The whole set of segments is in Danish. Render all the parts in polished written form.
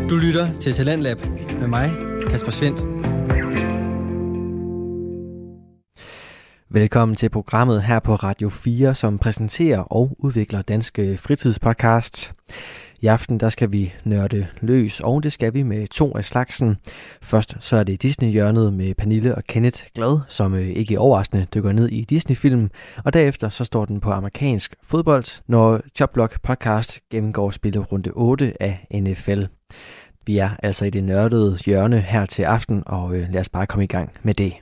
Du lytter til Talentlab med mig, Kasper Svendt. Velkommen til programmet her på Radio 4, som præsenterer og udvikler danske fritidspodcasts. I aften der skal vi nørde løs, og det skal vi med to af slagsen. Først så er det Disney-hjørnet med Pernille og Kenneth Glad, som ikke overraskende dykker ned i Disney-film. Og derefter så står den på amerikansk fodbold, når Chopblock podcast gennemgår spillerunde 8 af NFL. Vi er altså i det nørdede hjørne her til aften, og lad os bare komme i gang med det.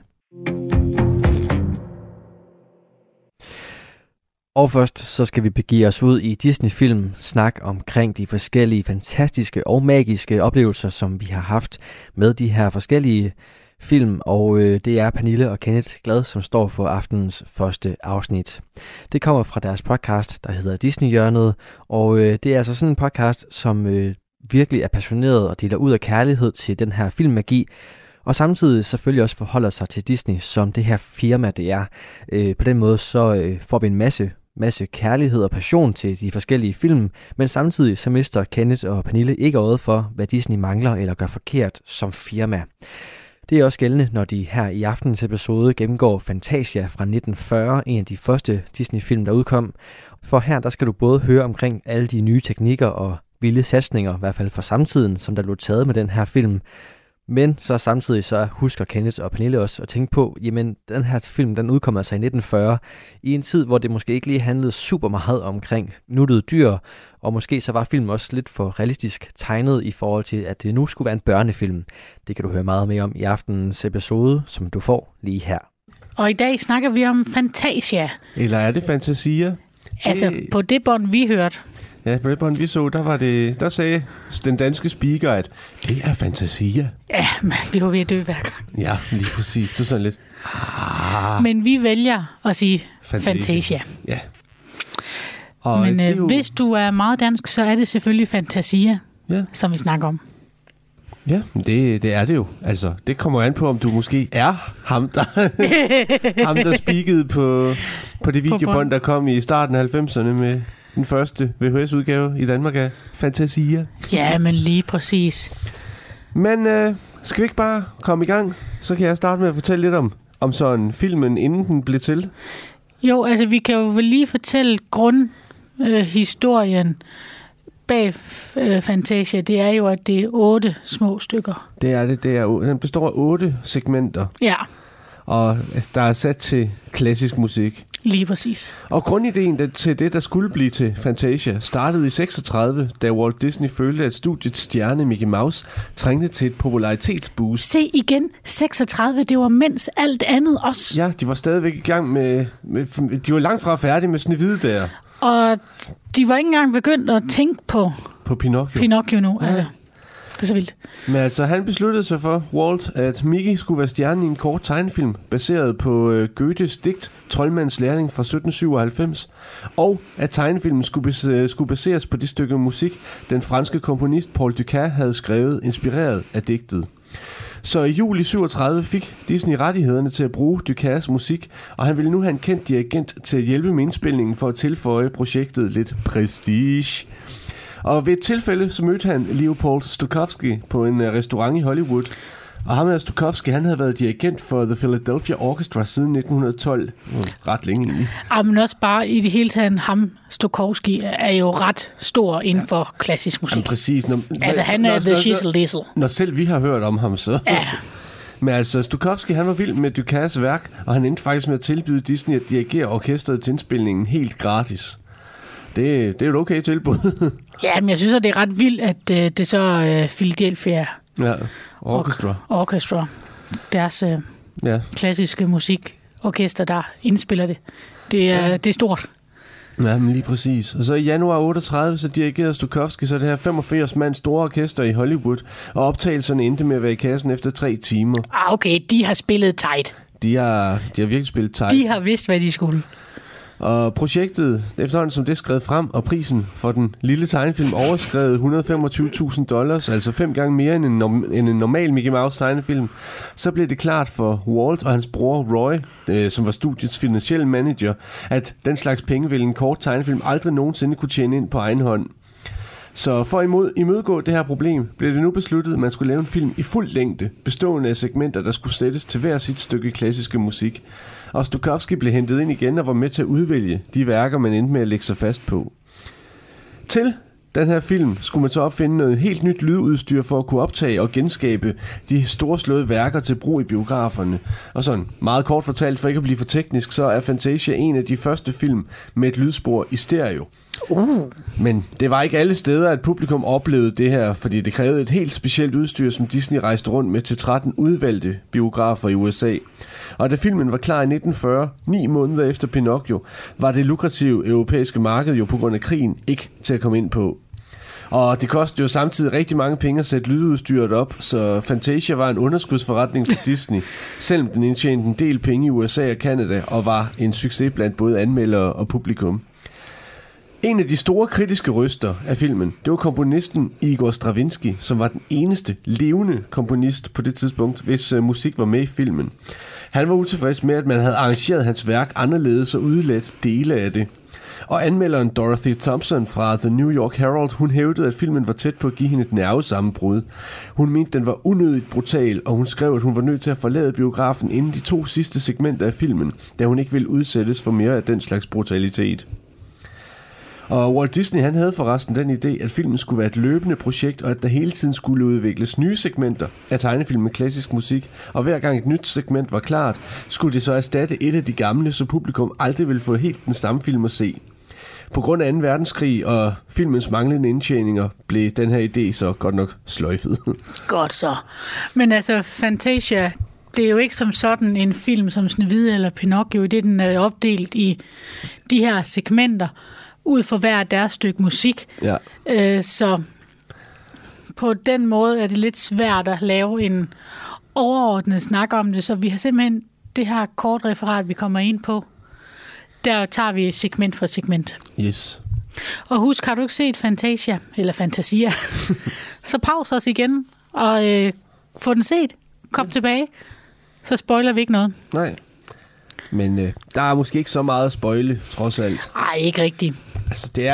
Og først så skal vi begive os ud i Disney-film, snak omkring de forskellige fantastiske og magiske oplevelser, som vi har haft med de her forskellige film, og det er Pernille og Kenneth Glad, som står for aftenens første afsnit. Det kommer fra deres podcast, der hedder Disney-hjørnet, og det er altså sådan en podcast, som virkelig er passioneret og deler ud af kærlighed til den her filmmagi, og samtidig selvfølgelig også forholder sig til Disney som det her firma, det er. På den måde så får vi en masse kærlighed og passion til de forskellige film, men samtidig så mister Kenneth og Pernille ikke øjet for, hvad Disney mangler eller gør forkert som firma. Det er også gældende, når de her i aftenens episode gennemgår Fantasia fra 1940, en af de første Disney-film, der udkom. For her der skal du både høre omkring alle de nye teknikker og vilde satsninger, i hvert fald for samtiden, som der blev taget med den her film. Men så samtidig så husker Kenneth og Pernille også at tænke på, jamen den her film, den udkom altså i 1940, i en tid, hvor det måske ikke lige handlede super meget omkring nuttede dyr, og måske så var filmen også lidt for realistisk tegnet i forhold til, at det nu skulle være en børnefilm. Det kan du høre meget mere om i aftenens episode, som du får lige her. Og i dag snakker vi om Fantasia. Eller er det Fantasia? Altså på det bånd, vi hørte. Ja, på det bånd, vi så, der sagde den danske speaker, at det er Fantasia. Ja, men vi var ved at dø hver gang. Ja, lige præcis. Det er sådan lidt... Men vi vælger at sige Fantasia. Ja. Og men jo... hvis du er meget dansk, så er det selvfølgelig Fantasia, ja, som vi snakker om. Ja, det er det jo. Altså, det kommer an på, om du måske er ham, der speakede på det videobånd, der kom i starten af 90'erne med... den første VHS-udgave i Danmark af Fantasia. Ja, men lige præcis. Men skal vi ikke bare komme i gang? Så kan jeg starte med at fortælle lidt om sådan filmen, inden den blev til. Jo, altså vi kan jo vel lige fortælle grundhistorien bag Fantasia. Det er jo, at det er 8 små stykker. Det er det. Den består af 8 segmenter. Ja. Og der er sat til klassisk musik. Lige præcis. Og grundideen til det, der skulle blive til Fantasia, startede i 36, da Walt Disney følte, at studiets stjerne Mickey Mouse trængte til et popularitetsboost. Se igen, 36, det var mens alt andet også. Ja, de var stadigvæk i gang med de var langt fra færdige med Snehvide der. Og de var ikke engang begyndt at tænke på Pinocchio nu, altså. Det er så vildt. Men altså, han besluttede sig for, Walt, at Mickey skulle være stjernen i en kort tegnefilm, baseret på Goethes digt Troldmandens lærling fra 1797, og at tegnefilmen skulle baseres på det stykke musik, den franske komponist Paul Dukas havde skrevet, inspireret af digtet. Så i juli 37 fik Disney rettighederne til at bruge Dukas musik, og han ville nu have en kendt dirigent til at hjælpe med indspilningen for at tilføje projektet lidt prestige. Og ved et tilfælde, så mødte han Leopold Stokowski på en restaurant i Hollywood. Og ham her Stokowski, han havde været dirigent for The Philadelphia Orchestra siden 1912. Ret længe egentlig. Ja, men også bare i det hele taget, ham Stokowski er jo ret stor inden for klassisk musik. Jamen, præcis. Altså han er the shizzle dizzle. Når selv vi har hørt om ham, så... Ja. Men altså, Stokowski, han var vild med Dukas værk, og han endte faktisk med at tilbyde Disney at dirigere orkestret til indspilningen helt gratis. Det er et okay tilbud. Ja, men jeg synes, at det er ret vildt, at det så Philadelphia Orchestra, deres klassiske musikorkester, der indspiller det. Det er stort. Ja, men lige præcis. Og så i januar 38, så dirigerede Stokowski så det her 85 mand store orkester i Hollywood, og optagelserne endte med at være i kassen efter 3 timer. Okay, de har spillet tight. De har virkelig spillet tight. De har vidst, hvad de skulle. Og projektet, efterhånden som det skrev frem, og prisen for den lille tegnefilm overskred $125,000, altså 5 gange mere end en normal Mickey Mouse tegnefilm, så blev det klart for Walt og hans bror Roy, som var studiets finansielle manager, at den slags penge ville en kort tegnefilm aldrig nogensinde kunne tjene ind på egen hånd. Så for at imødegå det her problem, blev det nu besluttet, at man skulle lave en film i fuld længde, bestående af segmenter, der skulle sættes til hver sit stykke klassiske musik. Og Stokowski blev hentet ind igen og var med til at udvælge de værker, man endte med at lægge sig fast på. Til den her film skulle man så opfinde noget helt nyt lydudstyr for at kunne optage og genskabe de storslåede værker til brug i biograferne. Og sådan meget kort fortalt, for ikke at blive for teknisk, så er Fantasia en af de første film med et lydspor i stereo. Men det var ikke alle steder, at publikum oplevede det her, fordi det krævede et helt specielt udstyr, som Disney rejste rundt med til 13 udvalgte biografer i USA. Og da filmen var klar i 1940, 9 måneder efter Pinocchio, var det lukrative europæiske marked jo på grund af krigen ikke til at komme ind på. Og det kostede jo samtidig rigtig mange penge at sætte lydudstyret op, så Fantasia var en underskudsforretning for Disney, selvom den indtjente en del penge i USA og Canada, og var en succes blandt både anmeldere og publikum. En af de store kritiske røster af filmen, det var komponisten Igor Stravinsky, som var den eneste levende komponist på det tidspunkt, hvis musik var med i filmen. Han var utilfreds med, at man havde arrangeret hans værk anderledes og udeladt dele af det. Og anmelderen Dorothy Thompson fra The New York Herald, hun hævdede, at filmen var tæt på at give hende et nervesammenbrud. Hun mente, den var unødigt brutal, og hun skrev, at hun var nødt til at forlade biografen inden de 2 sidste segmenter af filmen, da hun ikke ville udsættes for mere af den slags brutalitet. Og Walt Disney, han havde forresten den idé, at filmen skulle være et løbende projekt, og at der hele tiden skulle udvikles nye segmenter af tegnefilm med klassisk musik, og hver gang et nyt segment var klart, skulle det så erstatte et af de gamle, så publikum aldrig ville få helt den samme film at se. På grund af 2. verdenskrig og filmens manglende indtjeninger, blev den her idé så godt nok sløjfet. Godt så. Men altså, Fantasia, det er jo ikke som sådan en film som Snehvide eller Pinocchio, det den er opdelt i de her segmenter, ud for hver deres stykke musik. Ja. Så på den måde er det lidt svært at lave en overordnet snak om det, så vi har simpelthen det her kort referat, vi kommer ind på. Der tager vi segment for segment. Yes. Og husk, har du ikke set Fantasia, eller Fantasia, så pause os igen og få den set. Kom tilbage, så spoiler vi ikke noget. Nej. Men der er måske ikke så meget at spoile, trods alt. Nej, ikke rigtigt. Altså, det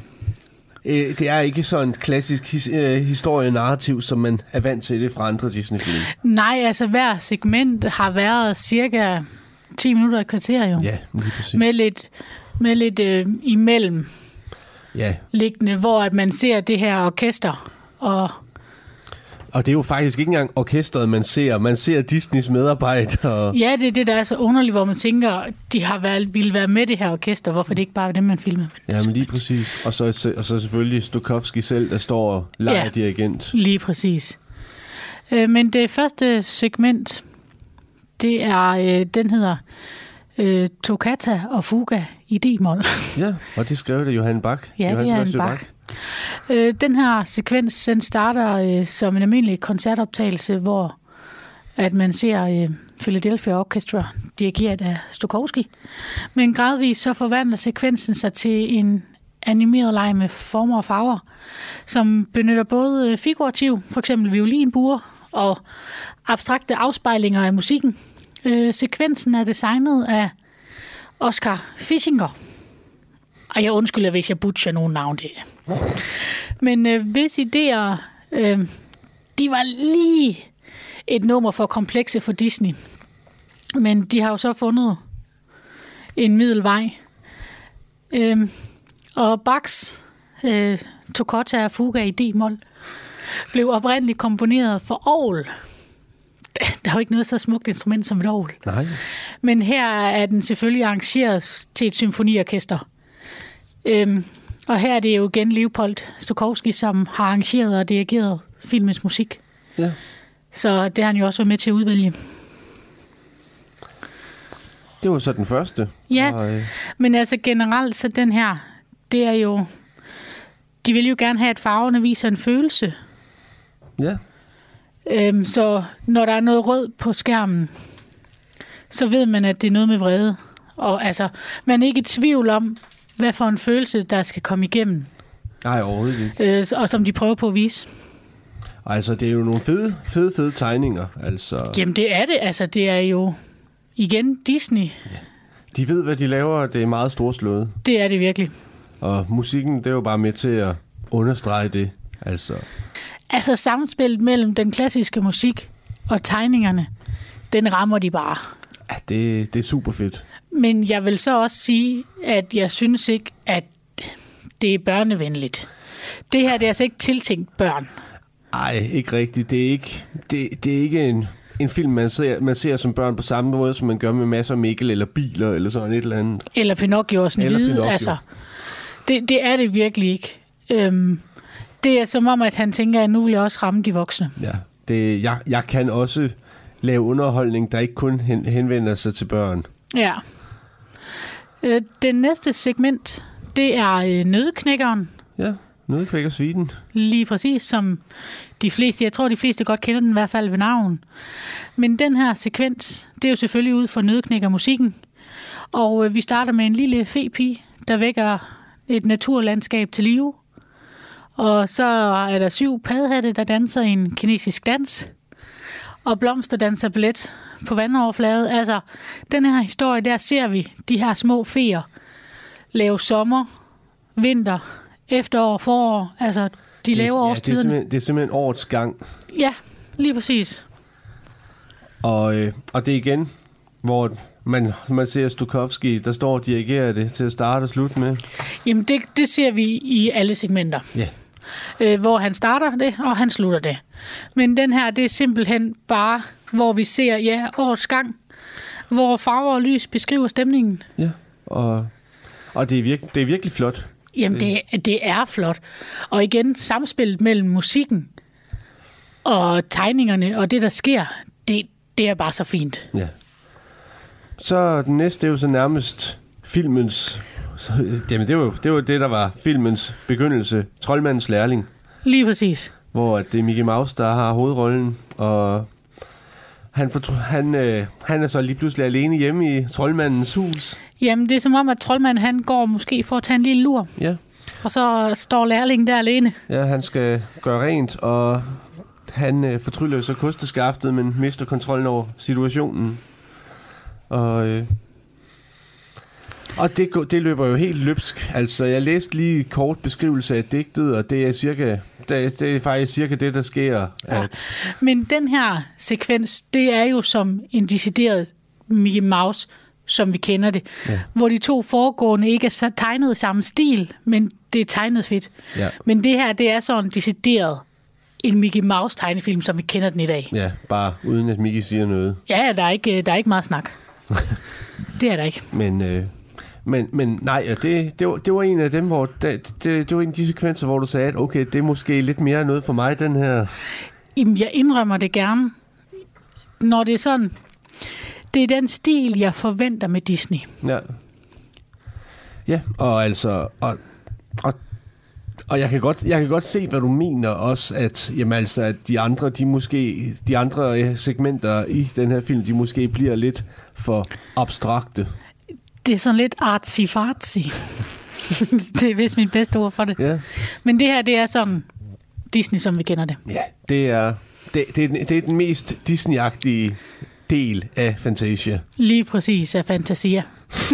er ikke sådan et klassisk historienarrativ, som man er vant til det fra andre Disney-film. Nej, altså hver segment har været cirka 10 minutter i kvarter jo. Ja, lige præcis. Med lidt imellem ja. liggende, hvor at man ser det her orkester. Og det er jo faktisk ikke engang orkestret, man ser. Man ser Disneys medarbejdere. Ja, det er det, der er så underligt, hvor man tænker, de ville være med det her orkester. Hvorfor det ikke bare er dem, man filmer? Ja, men lige præcis. Og så selvfølgelig Stokowski selv, der står og leger dirigent. Lige præcis. Men det første segment, det er, den hedder Toccata og Fuga i D-mol. Ja, og det skrev det Johan Bach. Ja, det er en Bach. Den her sekvens, den starter som en almindelig koncertoptagelse, hvor at man ser Philadelphia Orchestra dirigeret af Stokowski. Men gradvist så forvandler sekvensen sig til en animeret leg med former og farver, som benytter både figurativ, for eksempel violinbuer, og abstrakte afspejlinger af musikken. Sekvensen er designet af Oscar Fischinger. Og jeg undskylder, hvis jeg butcher nogle navn det. Men hvis idéer, de var lige et nummer for komplekse for Disney. Men de har jo så fundet en middelvej. Og Bachs Toccata og Fuga i D-mol blev oprindeligt komponeret for orgel. Der er jo ikke noget så smukt instrument som et orgel. Nej. Men her er den selvfølgelig arrangeret til et symfoniorkester. Og her er det jo igen Leopold Stokowski, som har arrangeret og dirigeret filmens musik. Ja. Så det har han jo også været med til at udvælge. Det var så den første. Ja, men altså generelt, så den her, det er jo... De vil jo gerne have, at farverne viser en følelse. Ja. Så når der er noget rød på skærmen, så ved man, at det er noget med vrede. Og altså, man er ikke i tvivl om, hvad for en følelse, der skal komme igennem. Nej, overhovedet ikke. Og som de prøver på at vise. Altså, det er jo nogle fede tegninger. Altså. Jamen, det er det. Altså, det er jo igen Disney. Ja. De ved, hvad de laver, og det er meget storslået. Det er det virkelig. Og musikken, det er jo bare med til at understrege det. Altså samspillet mellem den klassiske musik og tegningerne, den rammer de bare. Ja, det er super fedt. Men jeg vil så også sige, at jeg synes ikke, at det er børnevenligt. Det her, det er altså ikke tiltænkt børn. Ej, ikke rigtigt. Det er ikke en film, man ser som børn på samme måde, som man gør med masser af Mikkel eller biler eller sådan et eller andet. Eller Pinocchio og Snehvide. Altså, det er det virkelig ikke. Det er som om, at han tænker, at nu vil jeg også ramme de voksne. Ja, jeg kan også lave underholdning, der ikke kun henvender sig til børn. Ja. Den næste segment, det er Nøddeknækkeren. Ja, Nøddeknækkersviten. Lige præcis, som de fleste, jeg tror de fleste godt kender den i hvert fald ved navn. Men den her sekvens, det er jo selvfølgelig ud fra Nøddeknækkermusikken. Og vi starter med en lille fepige, der vækker et naturlandskab til live. Og så er der 7 paddehatte, der danser en kinesisk dans. Og blomster danser ballet på vandoverfladet. Altså, den her historie, der ser vi de her små feer lave sommer, vinter, efterår, forår. Altså, de laver årstiderne. Det er simpelthen årets gang. Ja, lige præcis. Og det er igen, hvor man ser Stokowski, der står og dirigerer det til at starte og slutte med. Jamen, det ser vi i alle segmenter. Ja. Hvor han starter det, og han slutter det. Men den her, det er simpelthen bare, hvor vi ser, årets gang, hvor farver og lys beskriver stemningen. Ja, og det er virkelig flot. Jamen, det er flot. Og igen, samspillet mellem musikken og tegningerne og det, der sker, det er bare så fint. Ja. Så den næste er jo så nærmest filmens... Jamen, det var det, der var filmens begyndelse. Troldmandens lærling. Lige præcis. Hvor det er Mickey Mouse, der har hovedrollen, og han er så lige pludselig alene hjemme i troldmandens hus. Jamen, det er som om, at troldmanden han går måske for at tage en lille lur. Ja. Og så står lærlingen der alene. Ja, han skal gøre rent, og han fortryller så kosteskaftet, men mister kontrollen over situationen. Og det løber jo helt løbsk. Altså, jeg læste lige en kort beskrivelse af digtet, og det er faktisk cirka det, der sker. Ja. Men den her sekvens, det er jo som en decideret Mickey Mouse, som vi kender det. Ja. Hvor de 2 foregående ikke er så tegnet i samme stil, men det er tegnet fedt. Ja. Men det her, det er sådan decideret en Mickey Mouse tegnefilm, som vi kender den i dag. Ja, bare uden at Mickey siger noget. Ja, der er ikke meget snak. Det er der ikke. Men nej, det var en af dem, hvor det var en af de sekvenser, hvor du sagde, at okay, det er måske lidt mere noget for mig, den her. Jamen, jeg indrømmer det gerne. Når det er sådan, det er den stil, jeg forventer med Disney. Ja. Ja, og altså, og jeg kan godt se, hvad du mener også, at jamen altså, at de andre segmenter i den her film, de måske bliver lidt for abstrakte. Det er sådan lidt artsy-fartsy. Det er vist mit bedste ord for det. Ja. Men det her, det er sådan Disney, som vi kender det. Ja, det er den mest Disney-agtige del af Fantasia. Lige præcis af Fantasia.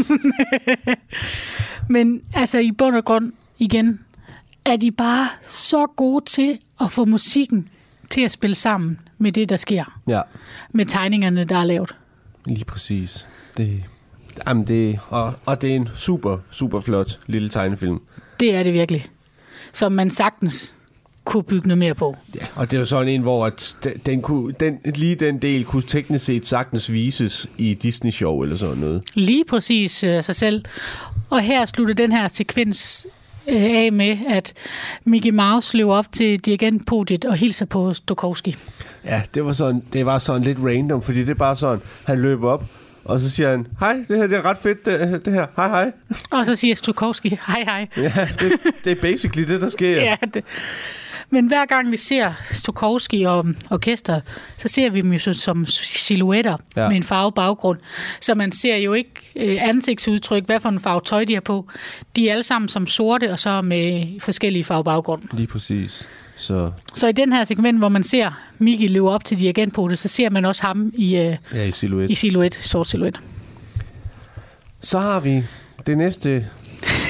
Men altså i bund og grund, igen, er de bare så gode til at få musikken til at spille sammen med det, der sker. Ja. Med tegningerne, der er lavet. Lige præcis. Og det er en super, super flot lille tegnefilm. Det er det virkelig. Som man sagtens kunne bygge noget mere på. Ja, og det er jo sådan en, hvor at den del kunne teknisk set sagtens vises i Disney-show eller sådan noget. Lige præcis sig selv. Og her slutter den her sekvens af med, at Mickey Mouse løber op til dirigentpodiet og hilser på Stokowski. Ja, det var sådan lidt random, fordi det er bare sådan, han løber op, og så siger han, hej, det her det er ret fedt, det her, hej, hej. Og så siger Stokowski, hej, hej. Ja, det er basically det, der sker. Ja, Men hver gang vi ser Stokowski og orkestret, så ser vi dem jo som silhuetter med en farve baggrund. Så man ser jo ikke ansigtsudtryk, hvad for en farve tøj de har på. De er alle sammen som sorte, og så med forskellige farve baggrund. Lige præcis. Så i den her segment, hvor man ser Mickey løbe op til dirigentpodiet, så ser man også ham i silhuet. I silhuet, sort silhuet. Så har vi det næste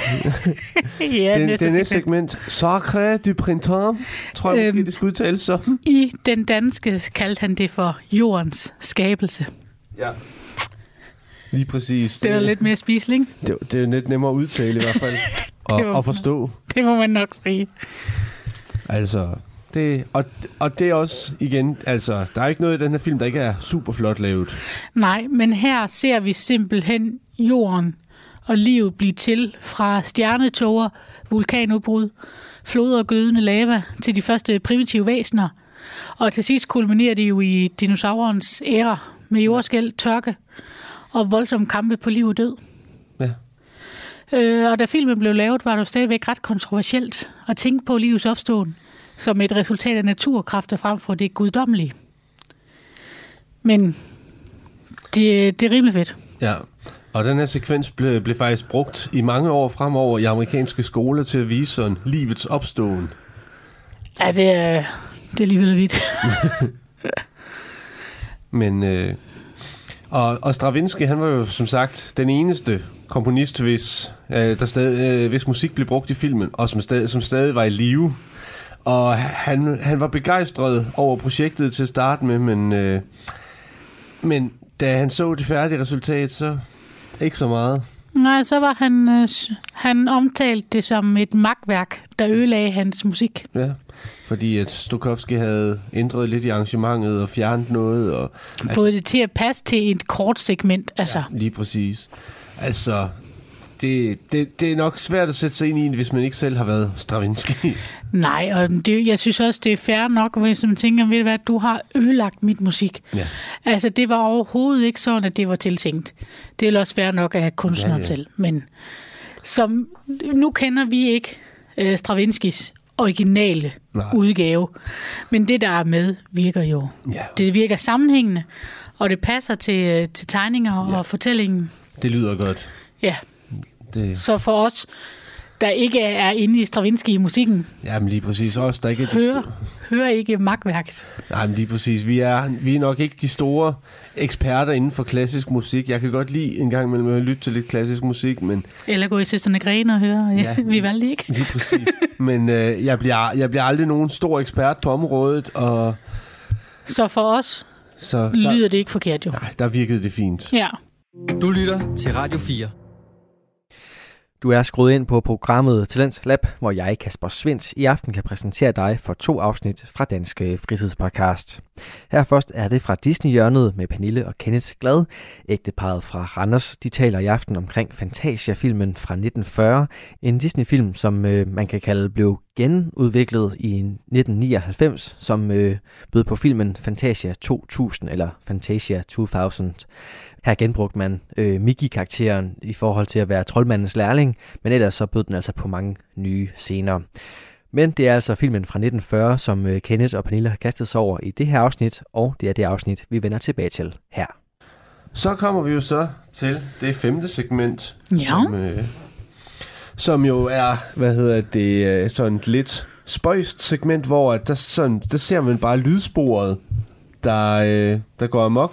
Ja, det næste segment. Sacré du printemps, tror jeg måske, det skal udtales som. I den danske kaldte han det for jordens skabelse. Ja. Lige præcis. Det var lidt mere spiselig. Det er lidt nemmere at udtale i hvert fald. og forstå. Det må man nok sige. Altså, og det er også, igen, altså, der er ikke noget i den her film, der ikke er super flot lavet. Nej, men her ser vi simpelthen jorden og livet blive til fra stjernetåger, vulkanudbrud, floder og glødende lava til de første primitive væsener. Og til sidst kulminerer det jo i dinosaurens æra med jordskælv, tørke og voldsomme kampe på liv og død. Ja. Og da filmen blev lavet, var det jo stadigvæk ret kontroversielt at tænke på livets opståen som et resultat af naturkræfter frem for det guddommelige. Men det er rimelig fedt. Ja, og den her sekvens blev faktisk brugt i mange år fremover i amerikanske skoler til at vise sådan livets opståen. Ja, det er alligevel vidt. Men, og Stravinsky, han var jo som sagt den eneste komponist, hvis musik blev brugt i filmen, og som stadig var i live. Og han var begejstret over projektet til at starte med, men da han så det færdige resultat, så ikke så meget. Nej, så var han omtalt det som et makværk, der ødelagde hans musik. Ja, fordi at Stokowski havde ændret lidt i arrangementet og fjernet noget. Og fået det til at passe til et kort segment, altså. Ja, lige præcis. Altså, det er nok svært at sætte sig ind i, hvis man ikke selv har været Stravinsky. Nej, og jeg synes også, det er fair nok, hvis man tænker, ved du hvad, du har ødelagt mit musik. Ja. Altså, det var overhovedet ikke sådan, at det var tiltænkt. Det er også fair nok af kunstneren selv. Men nu kender vi ikke Stravinskys originale udgave. Men det, der er med, virker jo. Ja. Det virker sammenhængende, og det passer til tegninger og fortællingen. Det lyder godt. Ja. Så for os, der ikke er inde i Stravinsky i musikken, jamen lige præcis også, der ikke hører ikke makværket. Nej, men lige præcis. Vi er nok ikke de store eksperter inden for klassisk musik. Jeg kan godt lide en gang imellem at lytte til lidt klassisk musik, men eller gå i Søstrene Grene og høre. Ja, vi valgte ikke. Lige præcis. Men jeg bliver aldrig nogen stor ekspert på området, og så for os lyder det ikke forkert jo. Nej, der virkede det fint. Ja. Du lytter til Radio 4. Du er skruet ind på programmet Talents Lab, hvor jeg, Kasper Svindt, i aften kan præsentere dig for 2 afsnit fra Dansk Fritidspodcast. Her først er det fra Disney-hjørnet med Pernille og Kenneth Glad. Ægteparret fra Randers, de taler i aften omkring Fantasia-filmen fra 1940. En Disney-film, som man kan kalde blev genudviklet i 1999, som bød på filmen Fantasia 2000 eller Fantasia 2000. Her genbrugte man Mickey-karakteren i forhold til at være troldmandens lærling, men ellers så bød den altså på mange nye scener. Men det er altså filmen fra 1940, som Kenneth og Pernille har kastet sig over i det her afsnit, og det er det afsnit, vi vender tilbage til her. Så kommer vi jo så til det 5. segment, som jo er, sådan et lidt spøjst segment, hvor der ser man bare lydsporet, der går amok.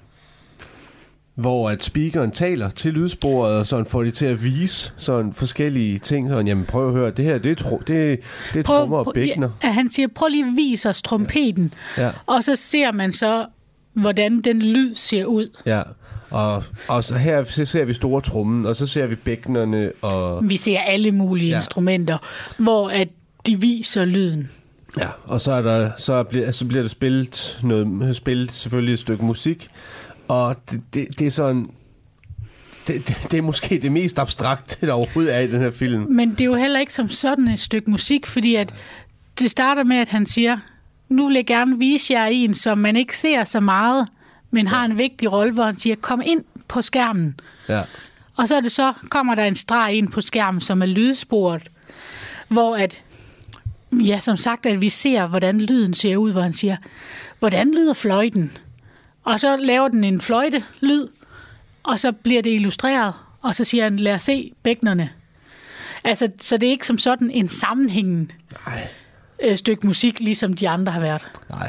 Hvor at speakeren taler til lydsporet, og sådan får det til at vise sådan forskellige ting. Sådan, jamen prøv at høre, det her, det er trommer og bækkener. Ja, han siger, prøv lige at vise os trompeten. Ja. Og så ser man så, hvordan den lyd ser ud. Ja, og så her ser vi store trommen, og så ser vi bækkenerne. Og vi ser alle mulige instrumenter, hvor at de viser lyden. Ja, og så bliver der spillet selvfølgelig et stykke musik. Og det er sådan, det er måske det mest abstrakte, der overhovedet er i den her film. Men det er jo heller ikke som sådan et stykke musik, fordi at det starter med, at han siger, nu vil jeg gerne vise jer en, som man ikke ser så meget, men har en vigtig rolle, hvor han siger, kom ind på skærmen. Ja. Og så kommer der en streg ind på skærmen, som er lydsporet, hvor at, ja, som sagt, at vi ser, hvordan lyden ser ud, hvor han siger, hvordan lyder fløjten? Og så laver den en fløjte-lyd, og så bliver det illustreret, og så siger han, lad os se bækkenerne. Altså, så det er ikke som sådan en sammenhængende stykke musik, ligesom de andre har været. Nej,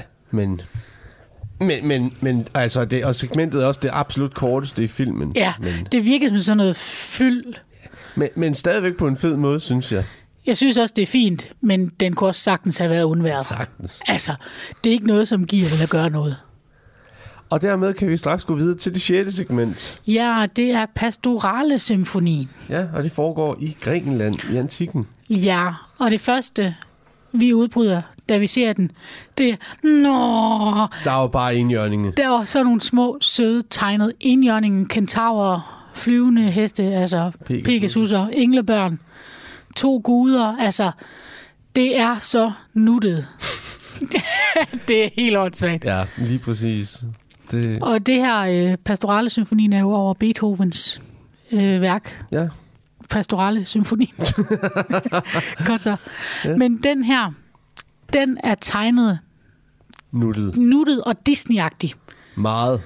men altså, og segmentet er også det absolut korteste i filmen. Ja, det virker som sådan noget fyld Men stadigvæk på en fed måde, synes jeg. Jeg synes også, det er fint, men den kunne også sagtens have været undværet. Sagtens. Altså, det er ikke noget, som giver eller gør noget. Og dermed kan vi straks gå videre til det 6. segment. Ja, det er Pastorale Symfonien. Ja, og det foregår i Grækenland i antikken. Ja, og det første, vi udbryder, da vi ser den, det er, nå, Der er jo bare enhjørninge. der var sådan nogle små, søde, tegnede enhjørningen, kentaurer, flyvende heste, altså Pegasusser, englebørn, 2 guder, altså, det er så nuttet. Det er helt åndssvagt. Ja, lige præcis. Det... Og det her Pastorale Symfonien er jo over Beethovens værk. Ja. Pastorale Symfonien. Godt så. Ja. Men den her, den er tegnet nuttet og Disney-agtig. Meget.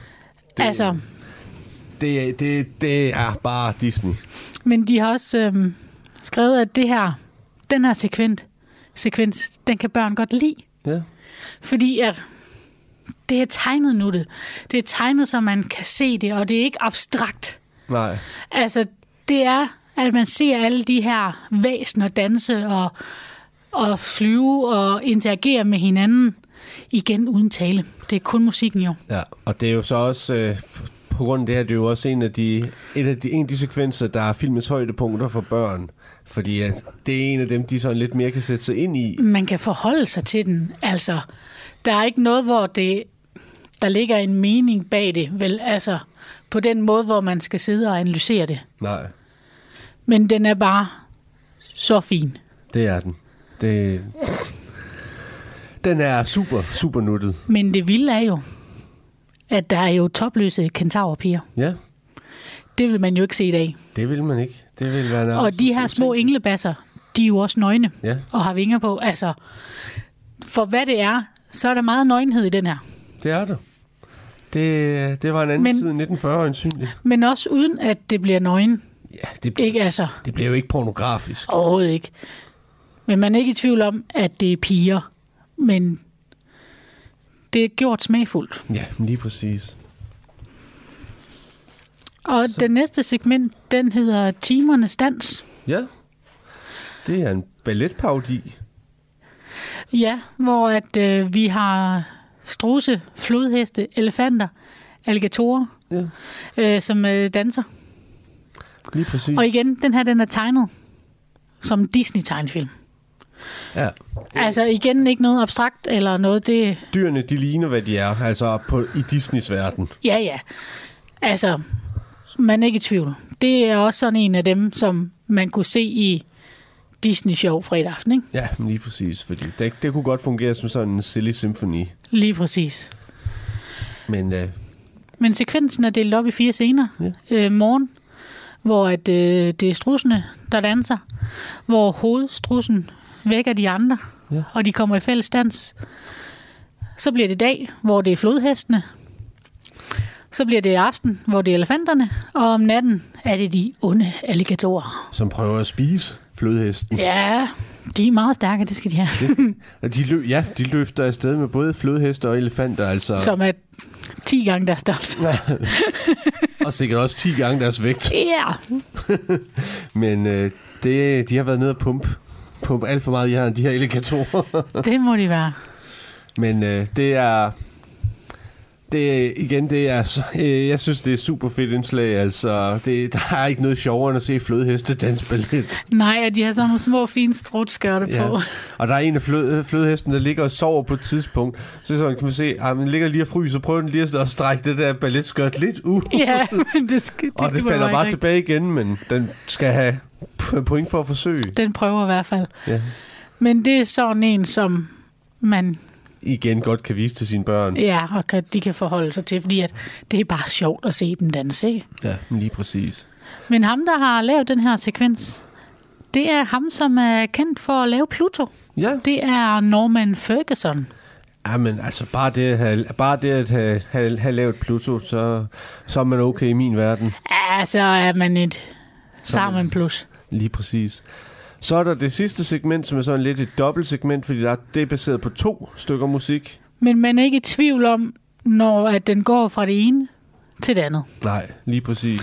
Det er bare Disney. Men de har også skrevet, at den her sekvens, den kan børn godt lide. Ja. Fordi at det er tegnet nuttet. Det er tegnet, så man kan se det, og det er ikke abstrakt. Nej. Altså, det er, at man ser alle de her væsener danse og flyve og interagere med hinanden igen uden tale. Det er kun musikken jo. Ja, og det er jo så også, på grund af det her, det er jo også en af de sekvenser, der er filmets højdepunkter for børn. Fordi at det er en af dem, de sådan lidt mere kan sætte sig ind i. Man kan forholde sig til den. Altså, der er ikke noget, hvor der ligger en mening bag det. Vel, altså, på den måde, hvor man skal sidde og analysere det. Nej. Men den er bare så fin. Det er den. Den er super, super nuttet. Men det vilde er jo, at der er jo topløse kentaurpiger. Ja. Det vil man jo ikke se i dag. Det vil man ikke. Det vil være og de her små englebasser, de er jo også nøgne og har vinger på. Altså, for hvad det er, så er der meget nøgenhed i den her. Det er der. Det var en anden tid i 1940 øjensynligt. Men også uden, at det bliver nøgen. Ja, det bliver jo ikke pornografisk. Overhovedet ikke. Men man er ikke i tvivl om, at det er piger. Men det er gjort smagfuldt. Ja, lige præcis. Og den næste segment, den hedder Timernes Dans. Ja, det er en balletparodi. Ja, hvor at vi har strudse, flodheste, elefanter, alligatorer, som danser. Lige præcis. Og igen, den her, den er tegnet som Disney-tegnefilm. Ja. Altså igen, ikke noget abstrakt eller noget, det... Dyrene, de ligner, hvad de er, altså i Disneys verden. Ja. Altså, man er ikke i tvivl. Det er også sådan en af dem, som man kunne se i Disney-show fredag aften, ikke? Ja, lige præcis, fordi det kunne godt fungere som sådan en silly symphony. Lige præcis. Men sekvensen er delt op i 4 scener. Ja. Morgen, hvor at, det er strudsene, der danser, hvor hovedstrudsen vækker de andre, og de kommer i fælles dans. Så bliver det dag, hvor det er flodhestene. Så bliver det aften, hvor det er elefanterne, og om natten er det de onde alligatorer. Som prøver at spise flodhesten. Ja, de er meget stærke, det skal de have. De løfter afsted med både flodheste og elefanter. Altså. Som er 10 gange deres størrelse. Og sikkert også 10 gange deres vægt. Ja. Men de har været nede og pumpe alt for meget i de her alligatorer. Det må de være. Men jeg synes, det er super fedt indslag. Altså, der er ikke noget sjovere end at se flodheste dansballet. Nej, og de har sådan nogle små, fine strutskørter på. Og der er en af flodhesten, der ligger og sover på et tidspunkt. Så sådan kan man se, at den ligger lige og fryser. Prøv den lige at strække det der balletskørt lidt ud. Ja, men det falder bare tilbage igen, men den skal have point for at forsøge. Den prøver i hvert fald. Ja. Men det er sådan en, som man... igen godt kan vise til sine børn. Ja, og de kan forholde sig til, fordi at det er bare sjovt at se dem danse, ikke? Ja, lige præcis. Men ham, der har lavet den her sekvens, det er ham, som er kendt for at lave Pluto. Ja. Det er Norman Ferguson. Ja, men altså bare det at have lavet Pluto, så er man okay i min verden. Ja, så er man et sammen plus. Lige præcis. Så er der det sidste segment, som er sådan lidt et dobbeltsegment, fordi det er baseret på 2 stykker musik. Men man er ikke i tvivl om, når at den går fra det ene til det andet. Nej, lige præcis.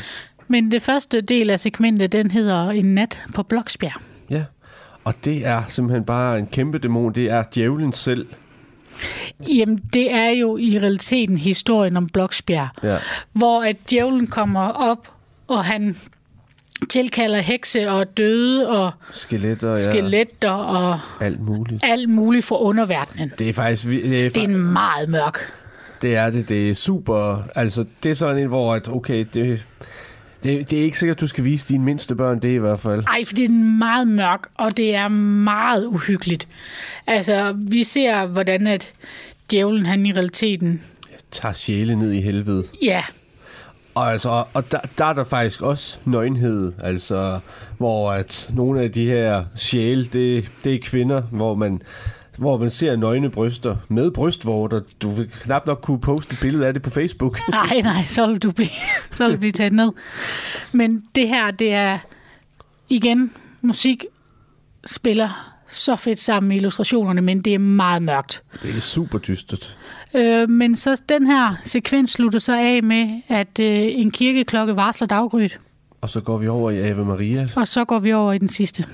Men det første del af segmentet, den hedder En nat på Bloksbjerg. Ja, og det er simpelthen bare en kæmpe dæmon. Det er djævlen selv. Jamen, det er jo i realiteten historien om Bloksbjerg, hvor at djævlen kommer op, og han tilkalder hekse og døde og skeletter og alt muligt fra underverdenen. Det er faktisk... Det er meget mørk. Det er det. Det er super... Altså, det er sådan en, hvor at, okay, det er ikke sikkert, du skal vise dine mindste børn det i hvert fald. Nej, for det er meget mørk, og det er meget uhyggeligt. Altså, vi ser, hvordan at djævlen, han i realiteten... tager sjæle ned i helvede. Ja. Og der er der faktisk også nøgenhed, altså, hvor at nogle af de her sjæle, det er kvinder, hvor man ser nøgne bryster med brystvorter. Du vil knap nok kunne poste et billede af det på Facebook. Nej, så vil du blive taget ned. Men det her, det er igen, musik spiller så fedt sammen med illustrationerne, men det er meget mørkt. Det er super dystert. Men så den her sekvens slutter så af med, at en kirkeklokke varsler daggryet. Og så går vi over i Ave Maria. Og så går vi over i den sidste.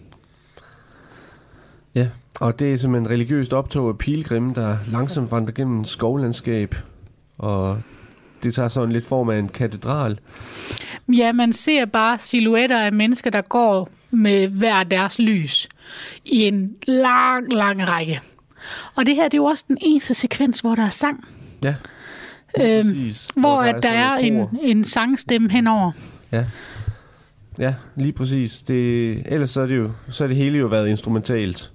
Ja, og det er simpelthen religiøst optog af pilgrimme, der langsomt vandrer gennem skovlandskab. Og det tager sådan lidt form af en katedral. Ja, man ser bare silhuetter af mennesker, der går med hver deres lys i en lang række. Og det her, det er jo også den eneste sekvens, hvor der er sang. Ja, præcis. Hvor at der er en sangstemme henover. Ja, lige præcis. Ellers så er det hele jo været instrumentalt.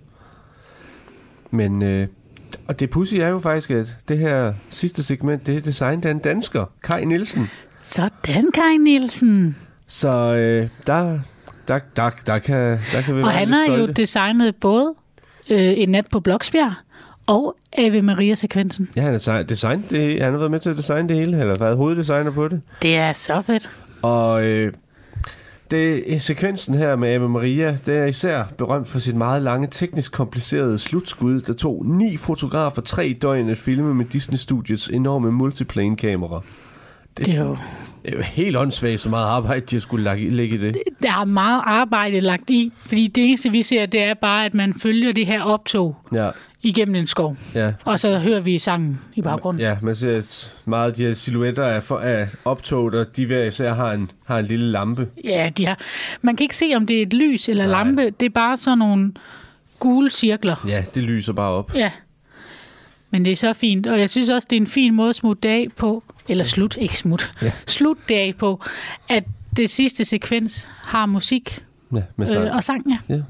Men og det pudsige er jo faktisk, at det her sidste segment, det er designet af en dansker, Kai Nielsen. Sådan, Kai Nielsen. Så der kan vi. Og han har jo designet både En nat på Bloksbjerg og Ave Maria-sekvensen. Ja, han har designet det. Han har været med til at designe det hele, eller været hoveddesigner på det. Det er så fedt. Og sekvensen her med Ave Maria, det er især berømt for sit meget lange, teknisk komplicerede slutskud, der tog 9 fotografer 3 døgn at filme med Disney Studios enorme multiplane-kamera. Det er jo helt åndssvagt, så meget arbejde, de har skulle lægge i det. Der er meget arbejde lagt i, fordi det eneste, vi ser, det er bare, at man følger det her optog igennem en skov. Ja. Og så hører vi sangen i baggrunden. Ja, man ser meget af de her silhuetter af optoget, og de hver især har en lille lampe. Ja, de har. Man kan ikke se, om det er et lys eller lampe. Det er bare sådan nogle gule cirkler. Ja, det lyser bare op. Ja. Men det er så fint, og jeg synes også, det er en fin måde at smutte af på, eller slut dag på, at det sidste sekvens har musik med sang. Og sang, ja.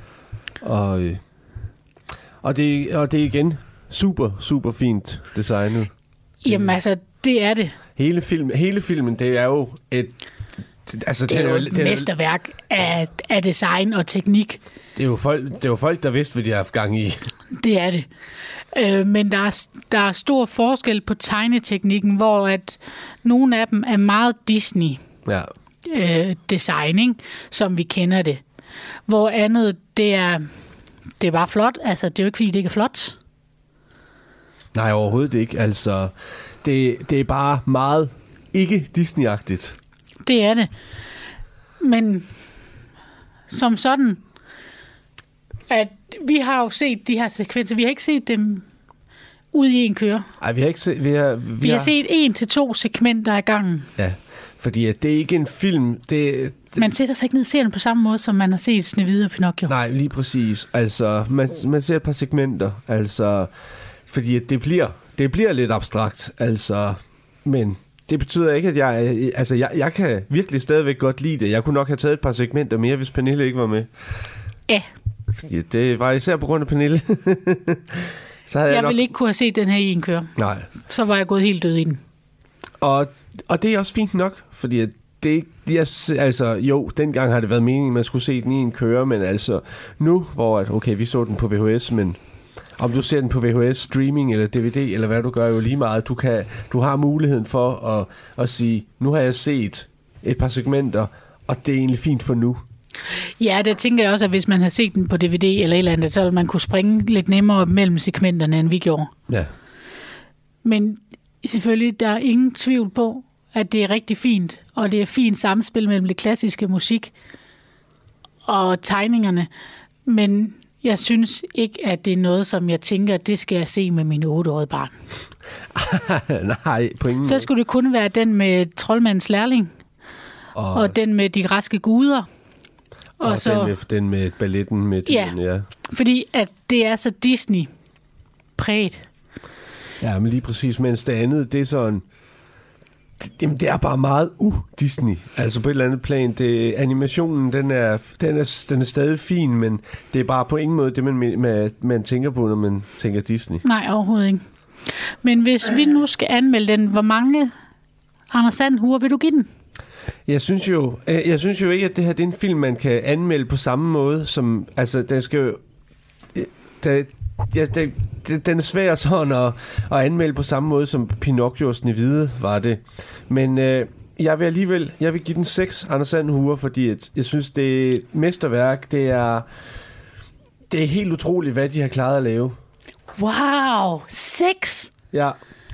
Og det er igen super fint designet. Jamen altså, det er det. Hele filmen, det er jo et... Altså, det er jo et mesterværk af design og teknik. Det er jo folk, der vidste, hvad de har haft gang i. Det er det. Men der er stor forskel på tegneteknikken, hvor at nogle af dem er meget Disney-designing, som vi kender det. Hvor andet, det er bare flot. Altså, det er jo ikke, fordi det ikke er flot. Nej, overhovedet ikke. Altså, det er bare meget ikke Disney-agtigt. Det er det. Men som sådan, at vi har jo set de her sekvenser. Vi har ikke set dem ude i en køre. Nej, vi har ikke set... Vi har set 1-2 segmenter af gangen. Ja, fordi det er ikke en film... Man sætter sig ikke ned og ser den på samme måde, som man har set Snehvide og Pinocchio. Nej, lige præcis. Altså, man ser et par segmenter. Altså, fordi det bliver lidt abstrakt. Altså, men... Det betyder ikke, at jeg kan virkelig stadigvæk godt lide det. Jeg kunne nok have taget et par segmenter mere, hvis Pernille ikke var med. Ja. Det var især på grund af Pernille. Så havde jeg ville ikke kunne have set den her i en køre. Nej. Så var jeg gået helt død i den. Og det er også fint nok, fordi dengang har det været meningen, at man skulle se den i en køre, men altså nu, hvor vi så den på VHS, men om du ser den på VHS, streaming eller DVD, eller hvad du gør, jo lige meget. Du har muligheden for at sige, nu har jeg set et par segmenter, og det er egentlig fint for nu. Ja, det tænker jeg også, at hvis man har set den på DVD eller et eller andet, så ville man kunne springe lidt nemmere mellem segmenterne, end vi gjorde. Ja. Men selvfølgelig, der er ingen tvivl på, at det er rigtig fint, og det er fint samspil mellem det klassiske musik og tegningerne, men jeg synes ikke, at det er noget, som jeg tænker, det skal jeg se med min 8-årige barn. Nej, på ingen Så skulle det kun være den med troldmandens lærling, og den med de græske guder. Og så den med balletten med dyren, ja. Fordi at det er så Disney-præget. Ja, men lige præcis, mens det andet, det er sådan... Det er bare meget Disney. Altså på et eller andet plan. Animationen, den er stadig fin, men det er bare på ingen måde det, man tænker på, når man tænker Disney. Nej, overhovedet ikke. Men hvis vi nu skal anmelde den, hvor mange Anders Sandhuer vil du give den? Jeg synes jo ikke, at det her det er en film, man kan anmelde på samme måde, som... Altså, den skal jo... Den er svær sådan at anmelde på samme måde, som Pinocchio og Snehvide var det. Men jeg vil give den 6 Anders Sandhuer, fordi jeg synes, det er mesterværk. Det er helt utroligt, hvad de har klaret at lave. Wow! 6? Ja.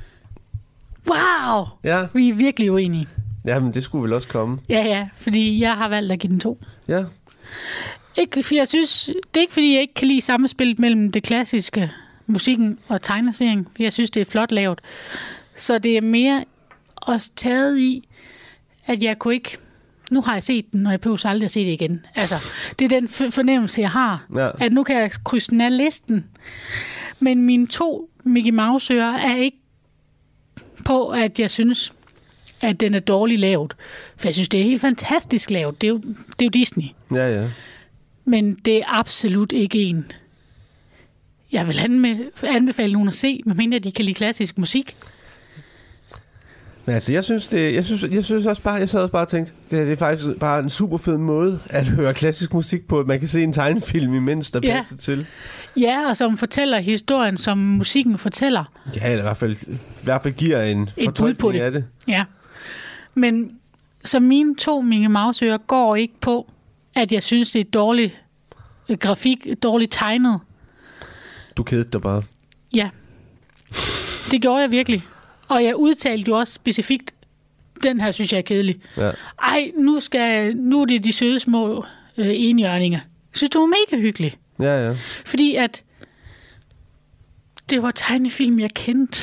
Wow! Ja. Vi er virkelig uenige. Jamen, det skulle vel også komme. Ja, fordi jeg har valgt at give den 2. Ja. Ikke, for det er ikke, fordi jeg ikke kan lide samspillet mellem det klassiske musikken og tegneserien. Jeg synes, det er flot lavet. Så det er mere også taget i, at jeg kunne ikke... Nu har jeg set den, og jeg behøver aldrig at se det igen. Altså, det er den fornemmelse, jeg har. Ja. At nu kan jeg krydse den af listen. Men mine 2 Mickey Mouse-ører er ikke på, at jeg synes, at den er dårligt lavet. For jeg synes, det er helt fantastisk lavet. Det er jo Disney. Ja. Men det er absolut ikke en, jeg vil anbefale nogen at se, medmindre de kan lide klassisk musik. Men altså, jeg synes også bare, jeg sad også bare og tænkte, det er faktisk bare en super fed måde at høre klassisk musik på, at man kan se en tegnefilm imens, der passer til. Ja, og som fortæller historien, som musikken fortæller. Ja, eller i hvert fald giver en fortolkning af det. Ja, men så mine 2 Mickey Mouse-ører går ikke på, at jeg synes, det er dårlig grafik, dårligt tegnet. Du kedede dig bare. Ja, det gjorde jeg virkelig. Og jeg udtalte jo også specifikt, den her synes jeg er kedelig. Ja. Ej, nu er det de søde små enhjørninger. Synes du var mega hyggelig? Ja. Fordi at det var tegnefilm, jeg kendte.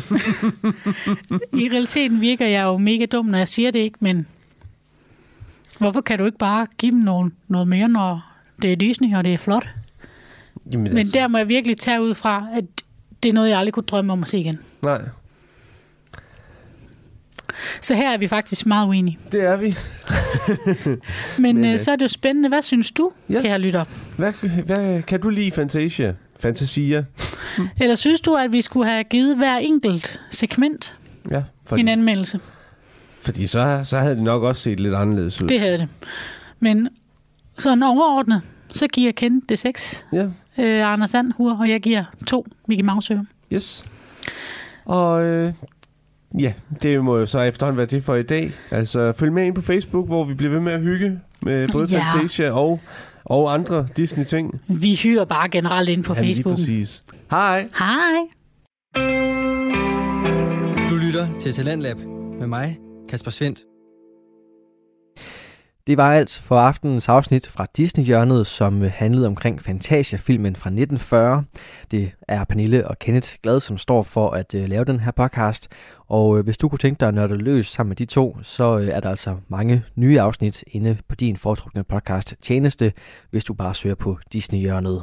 I realiteten virker jeg jo mega dum, når jeg siger det ikke, men hvorfor kan du ikke bare give dem noget mere, når det er Disney, og det er flot? Jamen, men der må jeg virkelig tage ud fra, at det er noget, jeg aldrig kunne drømme om at se igen. Nej. Så her er vi faktisk meget uenige. Det er vi. Men så er det jo spændende. Hvad synes du, kære lytter? Hvad kan du lide Fantasia? Eller synes du, at vi skulle have givet hver enkelt segment en anmeldelse? Fordi så havde det nok også set lidt anderledes ud. Det havde det. Men sådan overordnet, så giver Kent det 6. Ja. Anders Sandhuer, og jeg giver 2 Mickey Mouse-ører. Yes. Og det må jo så efterhånden være det for i dag. Altså følg med ind på Facebook, hvor vi bliver ved med at hygge med både Fantasia og andre Disney-ting. Vi hygger bare generelt ind på Facebook. Lige præcis. Hej. Hej. Du lytter til Talentlab med mig, Kasper Svendt. Det var alt for aftenens afsnit fra Disney-hjørnet, som handlede omkring Fantasia-filmen fra 1940. Det er Pernille og Kenneth Glad, som står for at lave den her podcast. Og hvis du kunne tænke dig at nørde løs sammen med de to, så er der altså mange nye afsnit inde på din foretrukne podcast tjeneste, hvis du bare søger på Disney-hjørnet.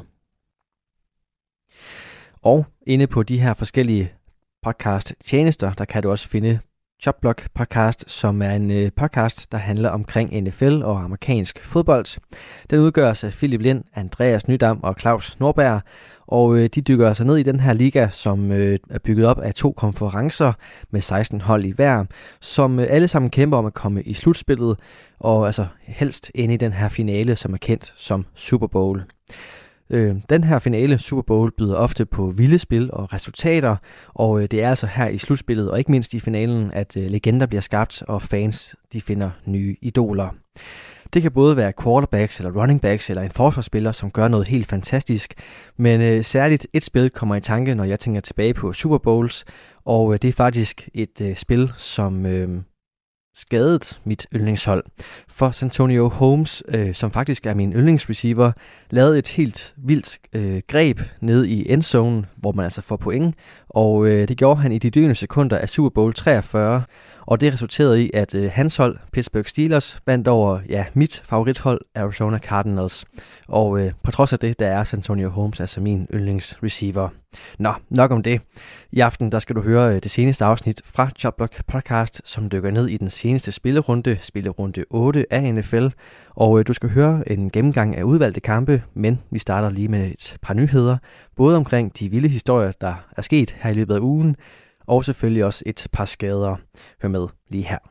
Og inde på de her forskellige podcast tjenester, der kan du også finde Chopblock podcast, som er en podcast, der handler omkring NFL og amerikansk fodbold. Den udgøres af Philip Lind, Andreas Nydam og Claus Norberg, og de dykker sig ned i den her liga, som er bygget op af 2 konferencer med 16 hold i hver, som alle sammen kæmper om at komme i slutspillet, og altså helst inde i den her finale, som er kendt som Super Bowl. Den her finale, Super Bowl, byder ofte på vilde spil og resultater, og det er altså her i slutspillet, og ikke mindst i finalen, at legender bliver skabt, og fans de finder nye idoler. Det kan både være quarterbacks eller running backs eller en forsvarsspiller, som gør noget helt fantastisk, men særligt et spil kommer i tanke, når jeg tænker tilbage på Super Bowls, og det er faktisk et spil, som skadet mit yndlingshold. For Santonio Holmes, som faktisk er min yndlingsreceiver, lavede et helt vildt greb nede i endzone, hvor man altså får point, og det gjorde han i de døende sekunder af Super Bowl 43, og det resulterede i, at hans hold, Pittsburgh Steelers, vandt over mit favorithold, Arizona Cardinals. Og på trods af det, der er Santonio Holmes altså min yndlingsreceiver. Nå, nok om det. I aften der skal du høre det seneste afsnit fra Chopblock Podcast, som dykker ned i den seneste spillerunde 8 af NFL. Og du skal høre en gennemgang af udvalgte kampe, men vi starter lige med et par nyheder, både omkring de vilde historier, der er sket her i løbet af ugen, og selvfølgelig også et par skader. Hør med lige her.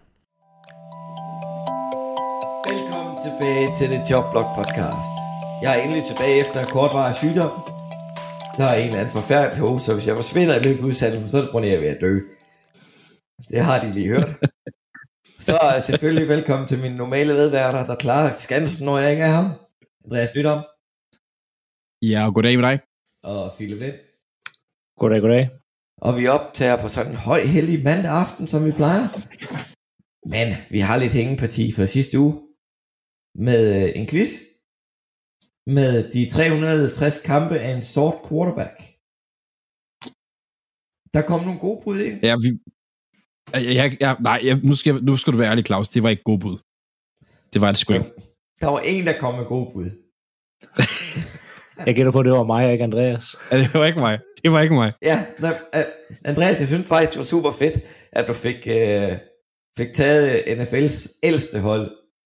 Velkommen tilbage til det Jobblock Podcast. Jeg er endelig tilbage efter en kortvarig sygdom. Der er en eller anden forfærdelig host, så hvis jeg forsvinder i løbet af udsendelsen, så er det på nær ved at dø. Det har de lige hørt. Så er selvfølgelig velkommen til mine normale medværter, der klarer skansen, når jeg ikke er ham. Andreas Nydom. Ja, og goddag med dig. Og Philip Lind. Goddag. Og vi optager på sådan en høj heldig mandag aften, som vi plejer. Men vi har lidt hængeparti fra sidste uge med en quiz med de 350 kampe af en sort quarterback. Der kom nogle gode bud ind. Ja, nu skal du være ærlig, Claus. Det var ikke gode bud. Det var det sgu ikke. Der var en, der kom med gode bud. Jeg gætter på, at det var mig og ikke Andreas. Ja, det var ikke mig. Ja, Andreas, jeg synes faktisk, det var super fedt, at du fik taget NFL's ældste hold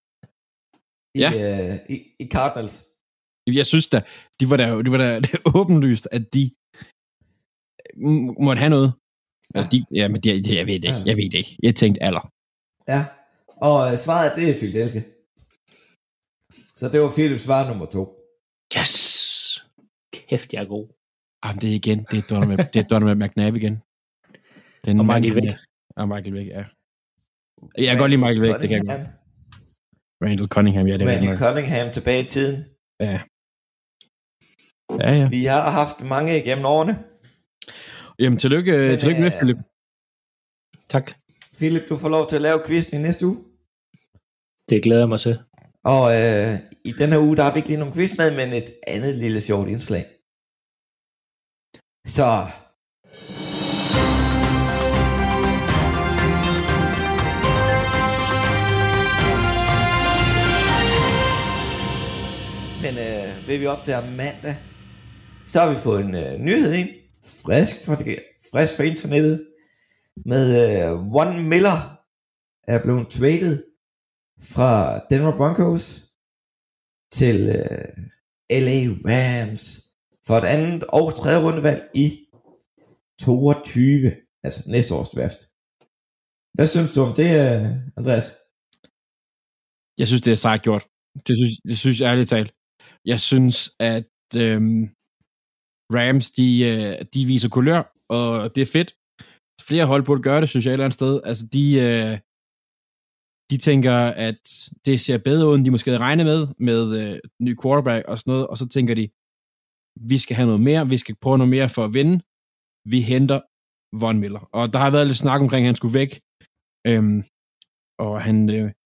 i Cardinals. Jeg synes da, de var da åbenlyst, at de måtte have noget. Ja. Men jeg ved det ikke. Jeg tænkte alder. Ja, og svaret, det er Philadelphia. Så det var Philips svar nummer 2. Yes! Kæft, jeg er god. Jamen, det er igen. Det er Donovan McNabb igen. Og Michael Vick. Og Michael Vick, ja. Jeg kan godt lide Michael Vick, det kan jeg godt. Randall Cunningham, ja, det er Randall Cunningham tilbage i tiden. Ja. Vi har haft mange igennem årene. Jamen, tillykke med, Philip. Tak. Philip, du får lov til at lave quizzen i næste uge. Det glæder jeg mig til. Og i denne uge, der har vi ikke lige nogen quiz med, men et andet lille sjovt indslag. Så... Men vil vi op til mandag, så har vi fået en nyhed ind, frisk fra internettet, med Von Miller er blevet traded fra Denver Broncos til LA Rams for et andet og tredje rundevalg i 22, altså næste års draft. Hvad synes du om det, Andreas? Jeg synes, det er sejt gjort. Det synes jeg ærligt talt. Jeg synes, at Rams, de viser kulør, og det er fedt. Flere hold burde gøre det, synes jeg et eller andet sted. Altså, de tænker, at det ser bedre ud, end de måske havde regnet med ny quarterback og sådan noget, og så tænker de, vi skal have noget mere, vi skal prøve noget mere for at vinde. Vi henter Von Miller. Og der har været lidt snak omkring, at han skulle væk. Og han...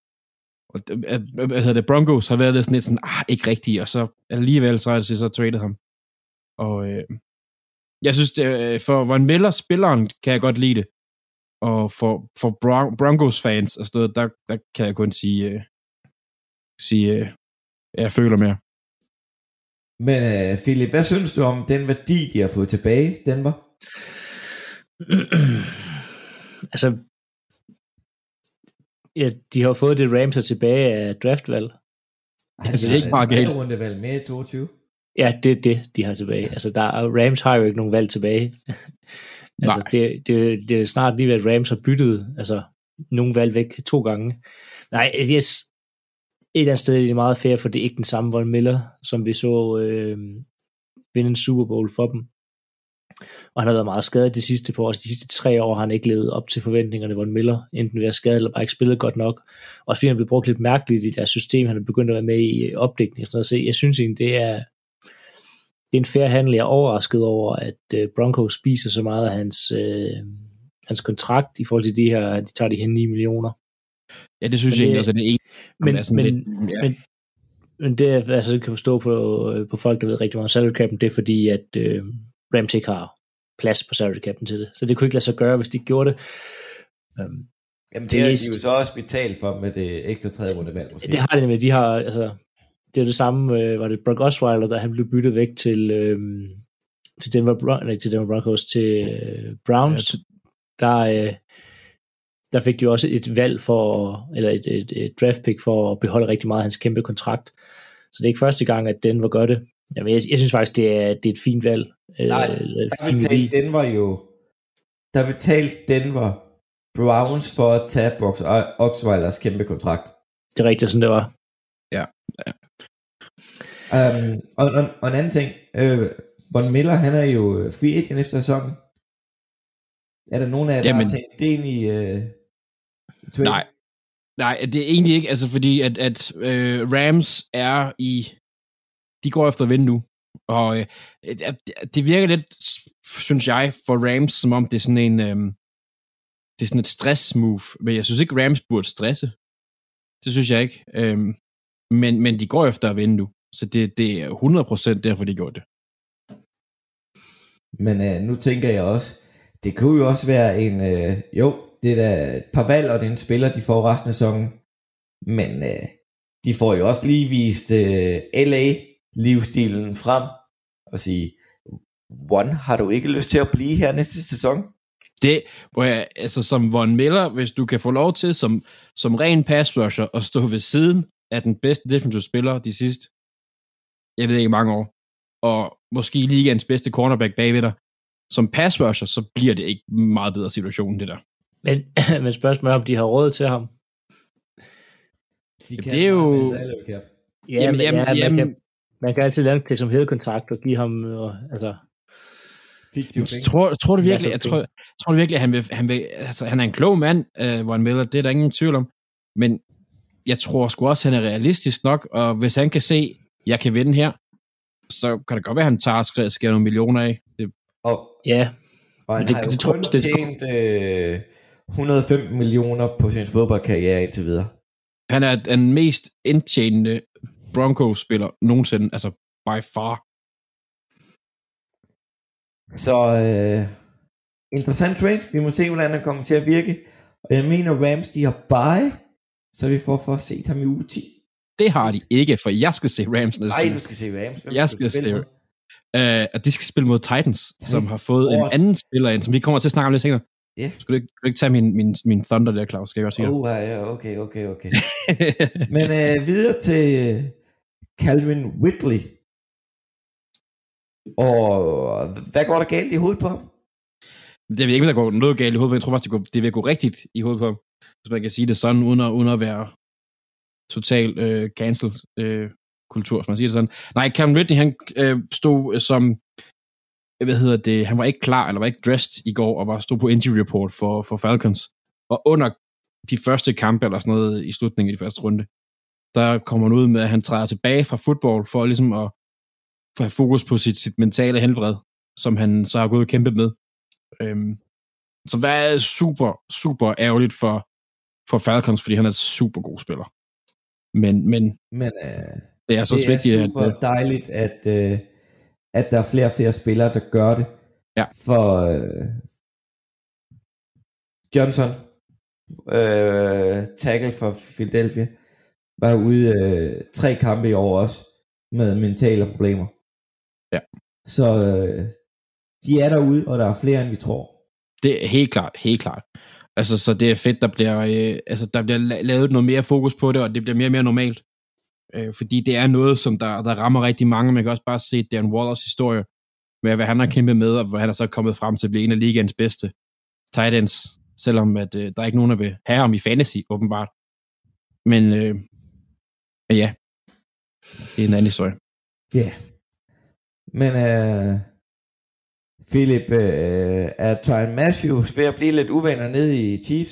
Broncos har været lidt sådan, ikke rigtigt, og så alligevel så har jeg så traded ham. Og jeg synes, for Von Miller, spilleren, kan jeg godt lide det. Og for Broncos fans og sådan noget, der kan jeg kun sige jeg føler mere. Men Philip, hvad synes du om den værdi, de har fået tilbage, Denver? Altså, ja, de har fået det Rams tilbage af draftvalg. Altså, det er ikke bare galt. Rundevalg med 22. Ja, det er det, de har tilbage. Altså, Rams har jo ikke nogen valg tilbage. Altså, det er snart lige ved, at Rams har byttet nogle valg væk 2 gange. Nej, et eller andet sted er det meget fair, for det er ikke den samme Von Miller, som vi så vinde en Super Bowl for dem. Og han har været meget skadet de sidste par år. De sidste 3 år har han ikke levet op til forventningerne, Von Miller, enten ved at skade eller bare ikke spillet godt nok. Også fordi han blev brugt lidt mærkeligt i deres system. Han er begyndt at være med i opdækning og sådan noget. Så jeg synes egentlig, det er en fair handel. Jeg er overrasket over, at Broncos spiser så meget af hans kontrakt i forhold til de tager de her 9 millioner. Ja, det synes jeg egentlig også, at det er men det er, altså, det kan forstå på folk, der ved rigtig meget om salary cap'en, det er fordi, at Rams ikke har plads på salary cap'en til det. Så det kunne ikke lade sig gøre, hvis de gjorde det. Jamen, det har de jo så også betalt for med det ekstra tredje rundevalg, måske. Det har de nemlig. De har, altså, det er det samme, var det Brock Osweiler, da han blev byttet væk til Denver Broncos, til Browns. Der fik de jo også et valg for, eller et draft pick for at beholde rigtig meget af hans kæmpe kontrakt. Så det er ikke første gang, at Denver gør det. Jamen, jeg synes faktisk, det er et fint valg. Nej, der betalte Denver Browns for at tage Brock Osweilers kæmpe kontrakt. Det er rigtigt, sådan det var. Ja. Og en anden ting, Von Miller, han er jo free agent efter sæsonen. Er der nogen af jer, der har tænkt det ind i Nej, det er egentlig ikke, altså fordi at Rams er de går efter at vinde nu, og det virker lidt, synes jeg, for Rams, som om det er sådan det er sådan et stress-move, men jeg synes ikke, Rams burde stresse. Det synes jeg ikke. Men de går efter at vinde nu, så det er 100% derfor, de gjorde det. Men nu tænker jeg også, det kunne jo også være det er da et par valg, og det er en spiller, de får resten af sæsonen, men de får jo også lige vist LA-livsstilen frem, og sige, har du ikke lyst til at blive her næste sæson? Det, hvor jeg, altså som Von Miller, hvis du kan få lov til som ren pass rusher at stå ved siden af den bedste defensive spiller de sidste, jeg ved ikke, mange år, og måske ligaens bedste cornerback bagved dig, som pass rusher, så bliver det ikke meget bedre situation, det der. Men spørgsmålet er, om de har råd til ham. Det er jo... Man kan altid lave det som hædekontrakt og give ham, altså... Tror du virkelig, tror du virkelig, at han vil, altså, han er en klog mand, Von Miller, det er der ingen tvivl om, men jeg tror sgu også, han er realistisk nok, og hvis han kan se, jeg kan vinde her, så kan det godt være, at han tager og skærer nogle millioner af. Og han har jo kun tjent 105 millioner på sin fodboldkarriere indtil videre. Han er den mest indtjenende Broncos-spiller nogensinde, altså by far. Så interessant trade. Vi må se, hvordan det kommer til at virke. Og jeg mener, Rams, de har bye, så vi får for at se ham i uge 10. Det har de ikke, for jeg skal se Rams næste uge. Nej, du skal se Rams. Jeg skal se at de skal spille mod Titans, som har fået en anden spiller ind, som vi kommer til at snakke om lidt senere. Yeah. Skal du ikke tage min thunder der, Claus? Skal jeg godt sige okay. Men videre til Calvin Ridley. Og hvad går der galt i hovedet på ham? Det ved ikke, om der går noget galt i hovedet på ham. Jeg tror faktisk, det vil gå rigtigt i hovedet på ham. Hvis man kan sige det sådan, uden at være total cancel kultur, som man siger det sådan. Nej, Calvin Ridley, han stod som, han var ikke klar, eller var ikke dressed i går, og stod på injury report for Falcons. Og under de første kampe, eller sådan noget, i slutningen af de første runde, der kommer han ud med, at han træder tilbage fra fodbold, for ligesom at få fokus på sit mentale helbred, som han så har gået og kæmpet med. Så det er super, super ærgerligt for Falcons, fordi han er et super god spiller. Men det er så vigtigt, at det er super dejligt, at der er flere og flere spillere, der gør det. Ja. For Johnson, tackle for Philadelphia, var ude 3 kampe i år også, med mentale problemer. Ja. Så de er derude, og der er flere, end vi tror. Det er helt klart. Altså, så det er fedt, der bliver lavet noget mere fokus på det, og det bliver mere og mere normalt. Fordi det er noget, som der rammer rigtig mange. Man kan også bare se Dan Wallers historie, med hvad han har kæmpet med, og hvor han er så kommet frem til at blive en af ligaens bedste tight ends, selvom at, der er ikke nogen, der vil have ham i fantasy, åbenbart. Men ja, det er en anden historie. Ja. Yeah. Men Philip, er Tyrann Mathieu ved at blive lidt uvenner nede i Chiefs?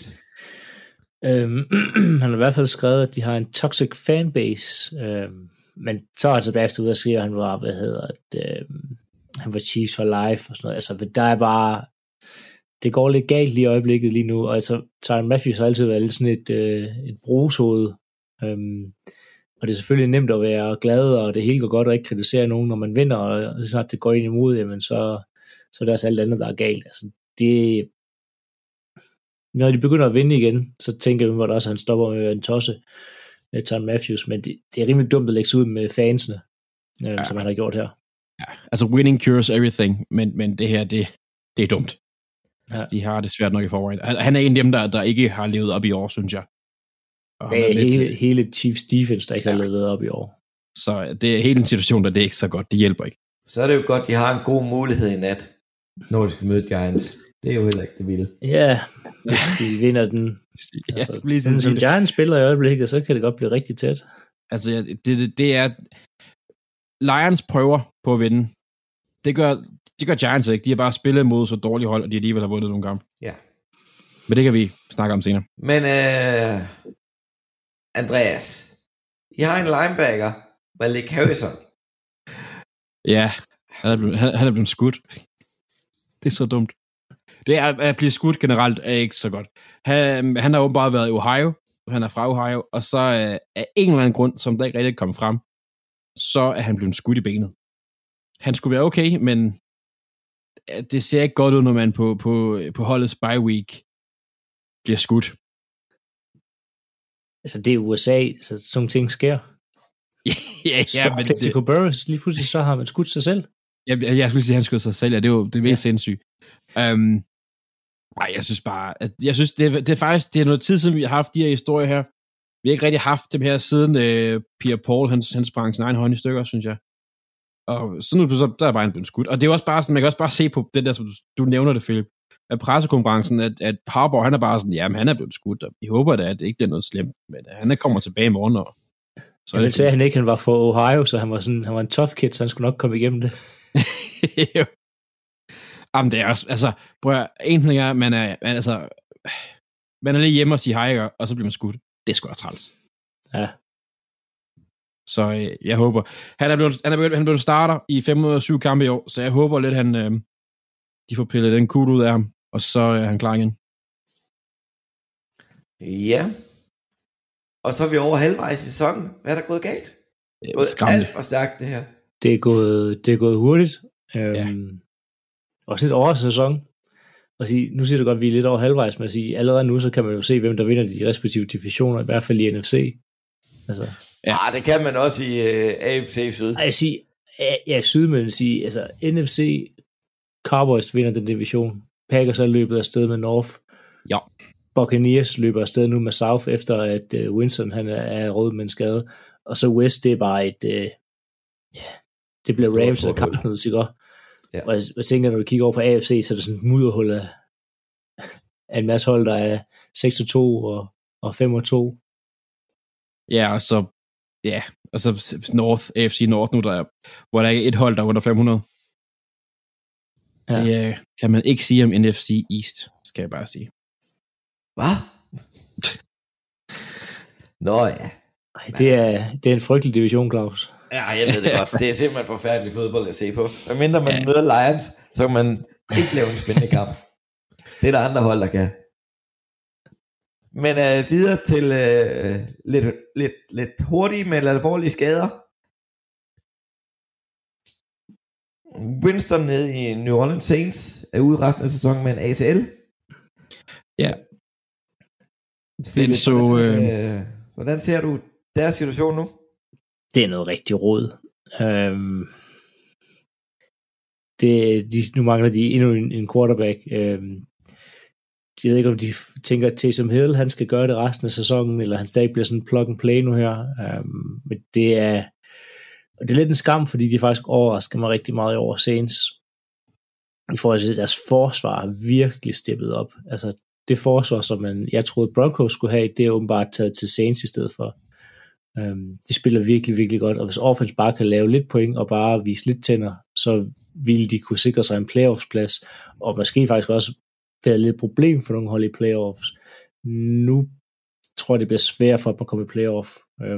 Han har i hvert fald skrevet, at de har en toxic fanbase, men så er han tilbage efter ud og siger, at han var, han var Chiefs for life og sådan noget. Altså, der er bare, det går lidt galt lige i øjeblikket lige nu, og altså Tyrann Mathieu har altid været lidt sådan et brugshoved, og det er selvfølgelig nemt at være glad, og det hele går godt, og ikke kritisere nogen, når man vinder, og så snart det går ind imod, jamen så er det også alt andet, der er galt. Altså det, når de begynder at vinde igen, så tænker jeg, at også han stopper med en tosse, Tyrann Mathieu, men det er rimelig dumt at lægge sig ud med fansene, som han har gjort her. Ja, altså winning cures everything, men det her, det er dumt. Ja. Altså, de har det svært nok i forvejen. Han er en af dem, der ikke har levet op i år, synes jeg. Og det er hele Chiefs defense, der ikke har levet op i år. Så det er hele en situation, der det er ikke så godt. Det hjælper ikke. Så er det jo godt, de har en god mulighed i nat, når de skal møde Giants. Det er jo heller ikke det vilde. Ja, hvis de vinder den. Altså, som Giants spiller i øjeblikket, så kan det godt blive rigtig tæt. Altså, det er... Lions prøver på at vinde. Det gør Giants ikke. De har bare spillet mod så dårlige hold, og de alligevel har vundet nogle gange. Ja. Men det kan vi snakke om senere. Men Andreas, jeg har en linebacker, Malik Harrison. Ja, han er blevet skudt. Det er så dumt. Det er at blive skudt generelt er ikke så godt. Han har åbenbart været i Ohio. Han er fra Ohio, og så af en eller anden grund, som der ikke rigtig kom frem, så er han blevet skudt i benet. Han skulle være okay, men det ser ikke godt ud, når man på holdets bye week bliver skudt. Altså, det er USA, så sådan ting sker. ja, men Plaxico Burress, lige pludselig så har man skudt sig selv. Jeg skulle sige, at han skød sig selv. Ja, det er jo det mest sindssygt. Nej, jeg synes bare, at det er faktisk, det er noget tid siden, vi har haft de her historier her. Vi har ikke rigtig haft dem her siden Pierre Paul, han sprang sin egen hånd i stykker, synes jeg. Og så nu der er bare en blevet skudt. Og det er også bare sådan, man kan også bare se på det der, som du nævner det, Philip, af pressekonferencen, at Harbaugh, han er bare sådan, jamen han er blevet skudt, og vi håber da, at det ikke bliver noget slemt, men han kommer tilbage i morgen. Og så men sagde han ikke, han var fra Ohio, så han var en tough kid, så han skulle nok komme igennem det. Jamen det er også, altså, prøv at, en ting er, man er lige hjemme og siger hej, og så bliver man skudt. Det er sgu da træls. Ja. Så jeg håber, han er blevet starter i 5 ud af 7 kampe i år, så jeg håber lidt, de får pillet den kugle ud af ham, og så er han klar igen. Ja. Og så er vi over halvvejs i sæsonen. Hvad er der gået galt? Det er gået alt for stærkt, det her. Det er gået hurtigt. Også lidt over sæson. Og sige, nu siger du godt, at vi er lidt over halvvejs, men at sige, allerede nu, så kan man jo se, hvem der vinder de respektive divisioner, i hvert fald i NFC. Altså. Ja, det kan man også i AFC Syd. Jeg siger, ja, Syd, men sige, altså NFC, Cowboys vinder den division. Packers er løbet afsted med North. Ja. Buccaneers løber afsted nu med South, efter at Winston han er rød med en skade. Og så West, det er bare et, det bliver Rams og Cardinals, ikke? Ja. Og jeg tænker, når du kigger over på AFC, så er det sådan et mudderhul af en masse hold, der er 6-2 og 5-2. Ja, og så AFC North nu, hvor der er et hold, der er under 500. Ja. Det kan man ikke sige om NFC East, skal jeg bare sige. Hvad? Nå ja. Det er en frygtelig division, Claus. Ja, jeg ved det godt. Det er simpelthen forfærdelig fodbold at se på. Og mindre man møder Lions, så kan man ikke lave en spændende kamp. Det er der andre hold, der kan. Men videre til lidt hurtige, men alvorlige skader. Winston nede i New Orleans Saints er ude resten af sæsonen med en ACL. Ja. Philip, hvordan ser du deres situation nu? Det er noget rigtig råd. Nu mangler de endnu en quarterback. Jeg ved ikke, om de tænker, at Taysom Hill, han skal gøre det resten af sæsonen, eller han stadig bliver sådan plug and play nu her. Men det er lidt en skam, fordi de faktisk overrasker mig rigtig meget i år Saints. I forhold til deres forsvar har virkelig steppet op. Altså det forsvar, som jeg troede Broncos skulle have, det er åbenbart taget til Saints i stedet for. De spiller virkelig, virkelig godt, og hvis offense bare kan lave lidt point, og bare vise lidt tænder, så ville de kunne sikre sig en playoffsplads, og måske faktisk også være lidt problem for nogle hold i playoffs. Nu tror jeg, det bliver svært for dem at komme i playoff.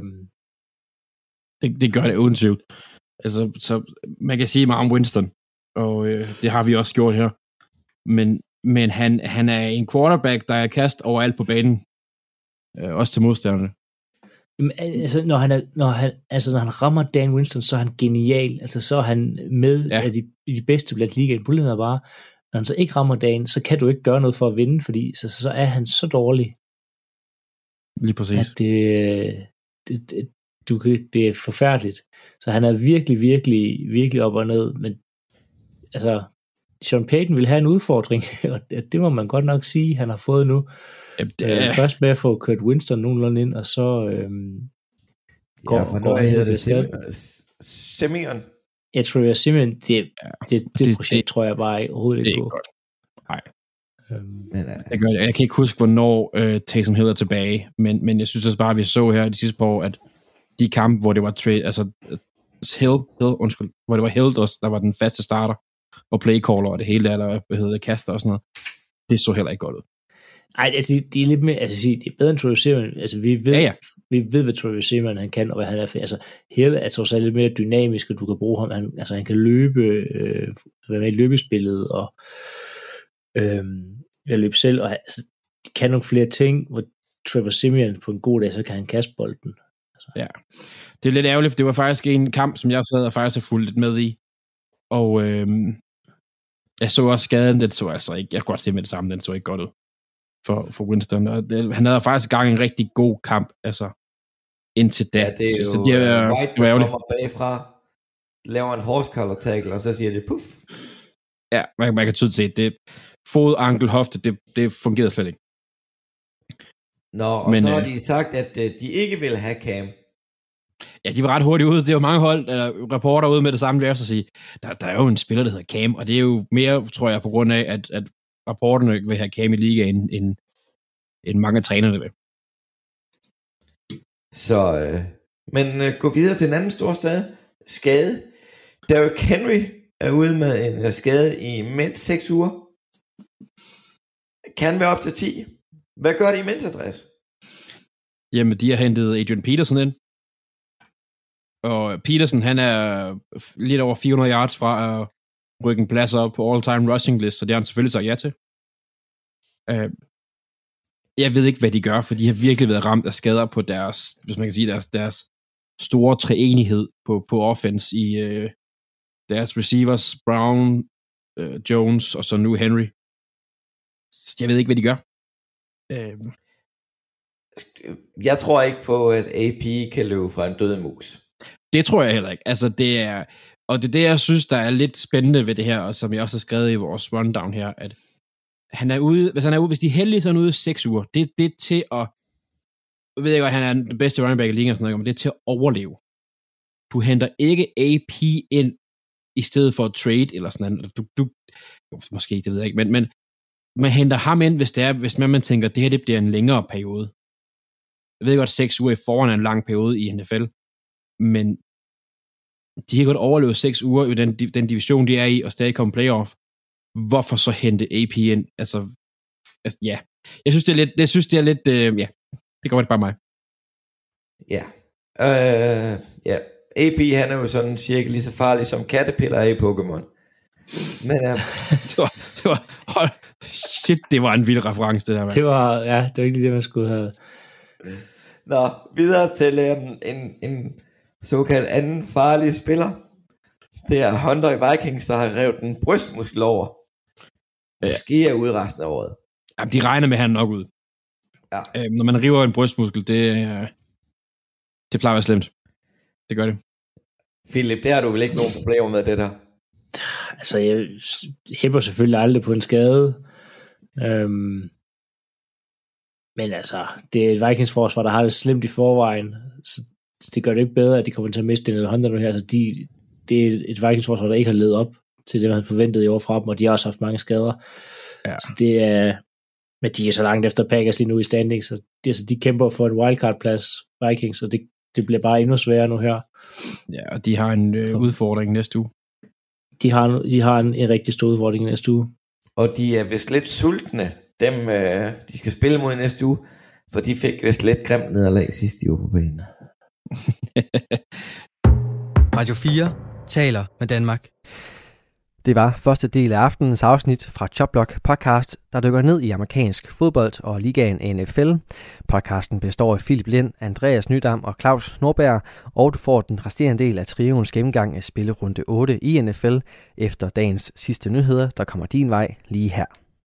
Det gør det uden tvivl. Altså, så man kan sige meget om Winston, og det har vi også gjort her. Men Men han er en quarterback, der er kast overalt på banen. Også til modstanderne. Jamen, altså, når han rammer Dan Winston, så er han genial. Altså, så er han med af de bedste blandt ligaen. Problemet er bare, når han så ikke rammer Dan, så kan du ikke gøre noget for at vinde, fordi så er han så dårlig. Lige præcis. At det er forfærdeligt. Så han er virkelig, virkelig, virkelig op og ned. Men altså, Sean Payton vil have en udfordring, og det må man godt nok sige, han har fået nu. Først med at få kørt Winston nogenlunde ind, og så går han hedder det Simeon. Jeg tror, at Simeon, det projekt tror jeg bare overhovedet ikke på. Nej. Jeg kan ikke huske, hvornår Taysom Hill er tilbage, men jeg synes også bare, at vi så her de sidste par år, at de kampe, hvor det var hvor det var Hill, der var den faste starter, og playcaller og det hele, eller kaster og sådan noget, det så heller ikke godt ud. Nej, altså, det er lidt mere, altså det er bedre end Troy Seaman. Altså, vi ved, hvad Troy Seaman han kan, og hvad han er for. Altså, Hill er trods alt lidt mere dynamisk, og du kan bruge ham. Han kan løbe, være med i løbespillet, og løbe selv, og altså, de kan nogle flere ting, hvor Trevor Siemian på en god dag, så kan han kaste bolden. Altså. Ja, det er lidt ærgerligt, for det var faktisk en kamp, som jeg sad og faktisk har fulgt lidt med i, og jeg så også skaden, den så altså ikke, jeg kunne godt se med det samme, den så ikke godt ud for Winston, og han havde faktisk gang en rigtig god kamp, altså indtil da. Ja, det er jo White, der kommer bagfra, laver en horse collar tackle, og så siger det puff. Ja, man kan tydeligt se, det fod, ankel, hofte, det fungerede slet ikke. Nå, og men, så har de sagt, at de ikke vil have Cam. Ja, de var ret hurtigt ude. Det er jo mange hold, eller reporter ude med det samme, vil jeg også sige. Der er jo en spiller, der hedder Cam, og det er jo mere, tror jeg, på grund af, at rapporterne vil have Cam i ligaen, end mange af trænerne vil. Så, men gå videre til en anden stor skade. Derrick Henry er ude med en skade i mindst 6 uger. Kan være op til 10. Hvad gør de imens, Andreas? Jamen, de har hentet Adrian Peterson ind. Og Peterson, han er lidt over 400 yards fra at rykke en plads op på all-time rushing list, så det har han selvfølgelig sagt ja til. Jeg ved ikke, hvad de gør, for de har virkelig været ramt af skader på deres, hvis man kan sige, deres store treenighed på offense i deres receivers, Brown, Jones og så nu Henry. Jeg ved ikke, hvad de gør. Jeg tror ikke på, at AP kan løbe fra en død mus. Det tror jeg heller ikke. Altså, og det er det, jeg synes, der er lidt spændende ved det her, og som jeg også har skrevet i vores rundown her, at hvis de er heldige, så er han ude i 6 uger. Det er til at, jeg ved ikke, at han er den bedste running back i ligaen, men det er til at overleve. Du henter ikke AP ind, i stedet for at trade, eller sådan noget. Måske, det ved jeg ikke, men man henter ham ind, hvis man tænker, at det her det bliver en længere periode. Jeg ved godt, 6 uger i foran er en lang periode i NFL, men de kan godt overleve 6 uger i den division, de er i, og stadig komme playoff. Hvorfor så hente AP ind? Altså ja. Jeg synes, det er lidt, ja, det går ikke bare mig. Ja. Ja. AP, han er jo sådan cirka lige så farlig som Caterpillar i Pokémon. Men det var en vild reference, det der. Man. Det var ikke det, man skulle have. Nå, videre til en såkaldt anden farlig spiller. Det er Hunter i Vikings, der har revet en brystmuskel over. Måske er ude resten af året. Jamen, de regner med, at han nok ud. Ja. Når man river en brystmuskel, det plejer at være slemt. Det gør det. Philip, det har du vel ikke nogen problemer med, det der? Altså, jeg hæpper selvfølgelig aldrig på en skade. Men altså, det er et Vikings-forsvar, der har det slemt i forvejen. Så det gør det ikke bedre, at de kommer til at miste den Hunter nu her. Så det er et Vikings-forsvar, der ikke har levet op til det, man forventede i år fra dem, og de har også haft mange skader. Ja. Så det er... Men de er så langt efter Packers lige nu i standing, så de kæmper for en wildcard-plads, Vikings, og det bliver bare endnu sværere nu her. Ja, og de har en udfordring næste uge. De har en rigtig stor udfordring næste uge. Og de er vist lidt sultne, dem de skal spille mod næste uge, for de fik vist lidt grimt nederlag sidste uge på banen. Radio 4 taler med Danmark. Det var første del af aftenens afsnit fra Chopblock podcast, der dykker ned i amerikansk fodbold og ligaen NFL. Podcasten består af Philip Lind, Andreas Nydam og Claus Nordberg, og du får den resterende del af trioens gennemgang af spillerunde 8 i NFL efter dagens sidste nyheder, der kommer din vej lige her.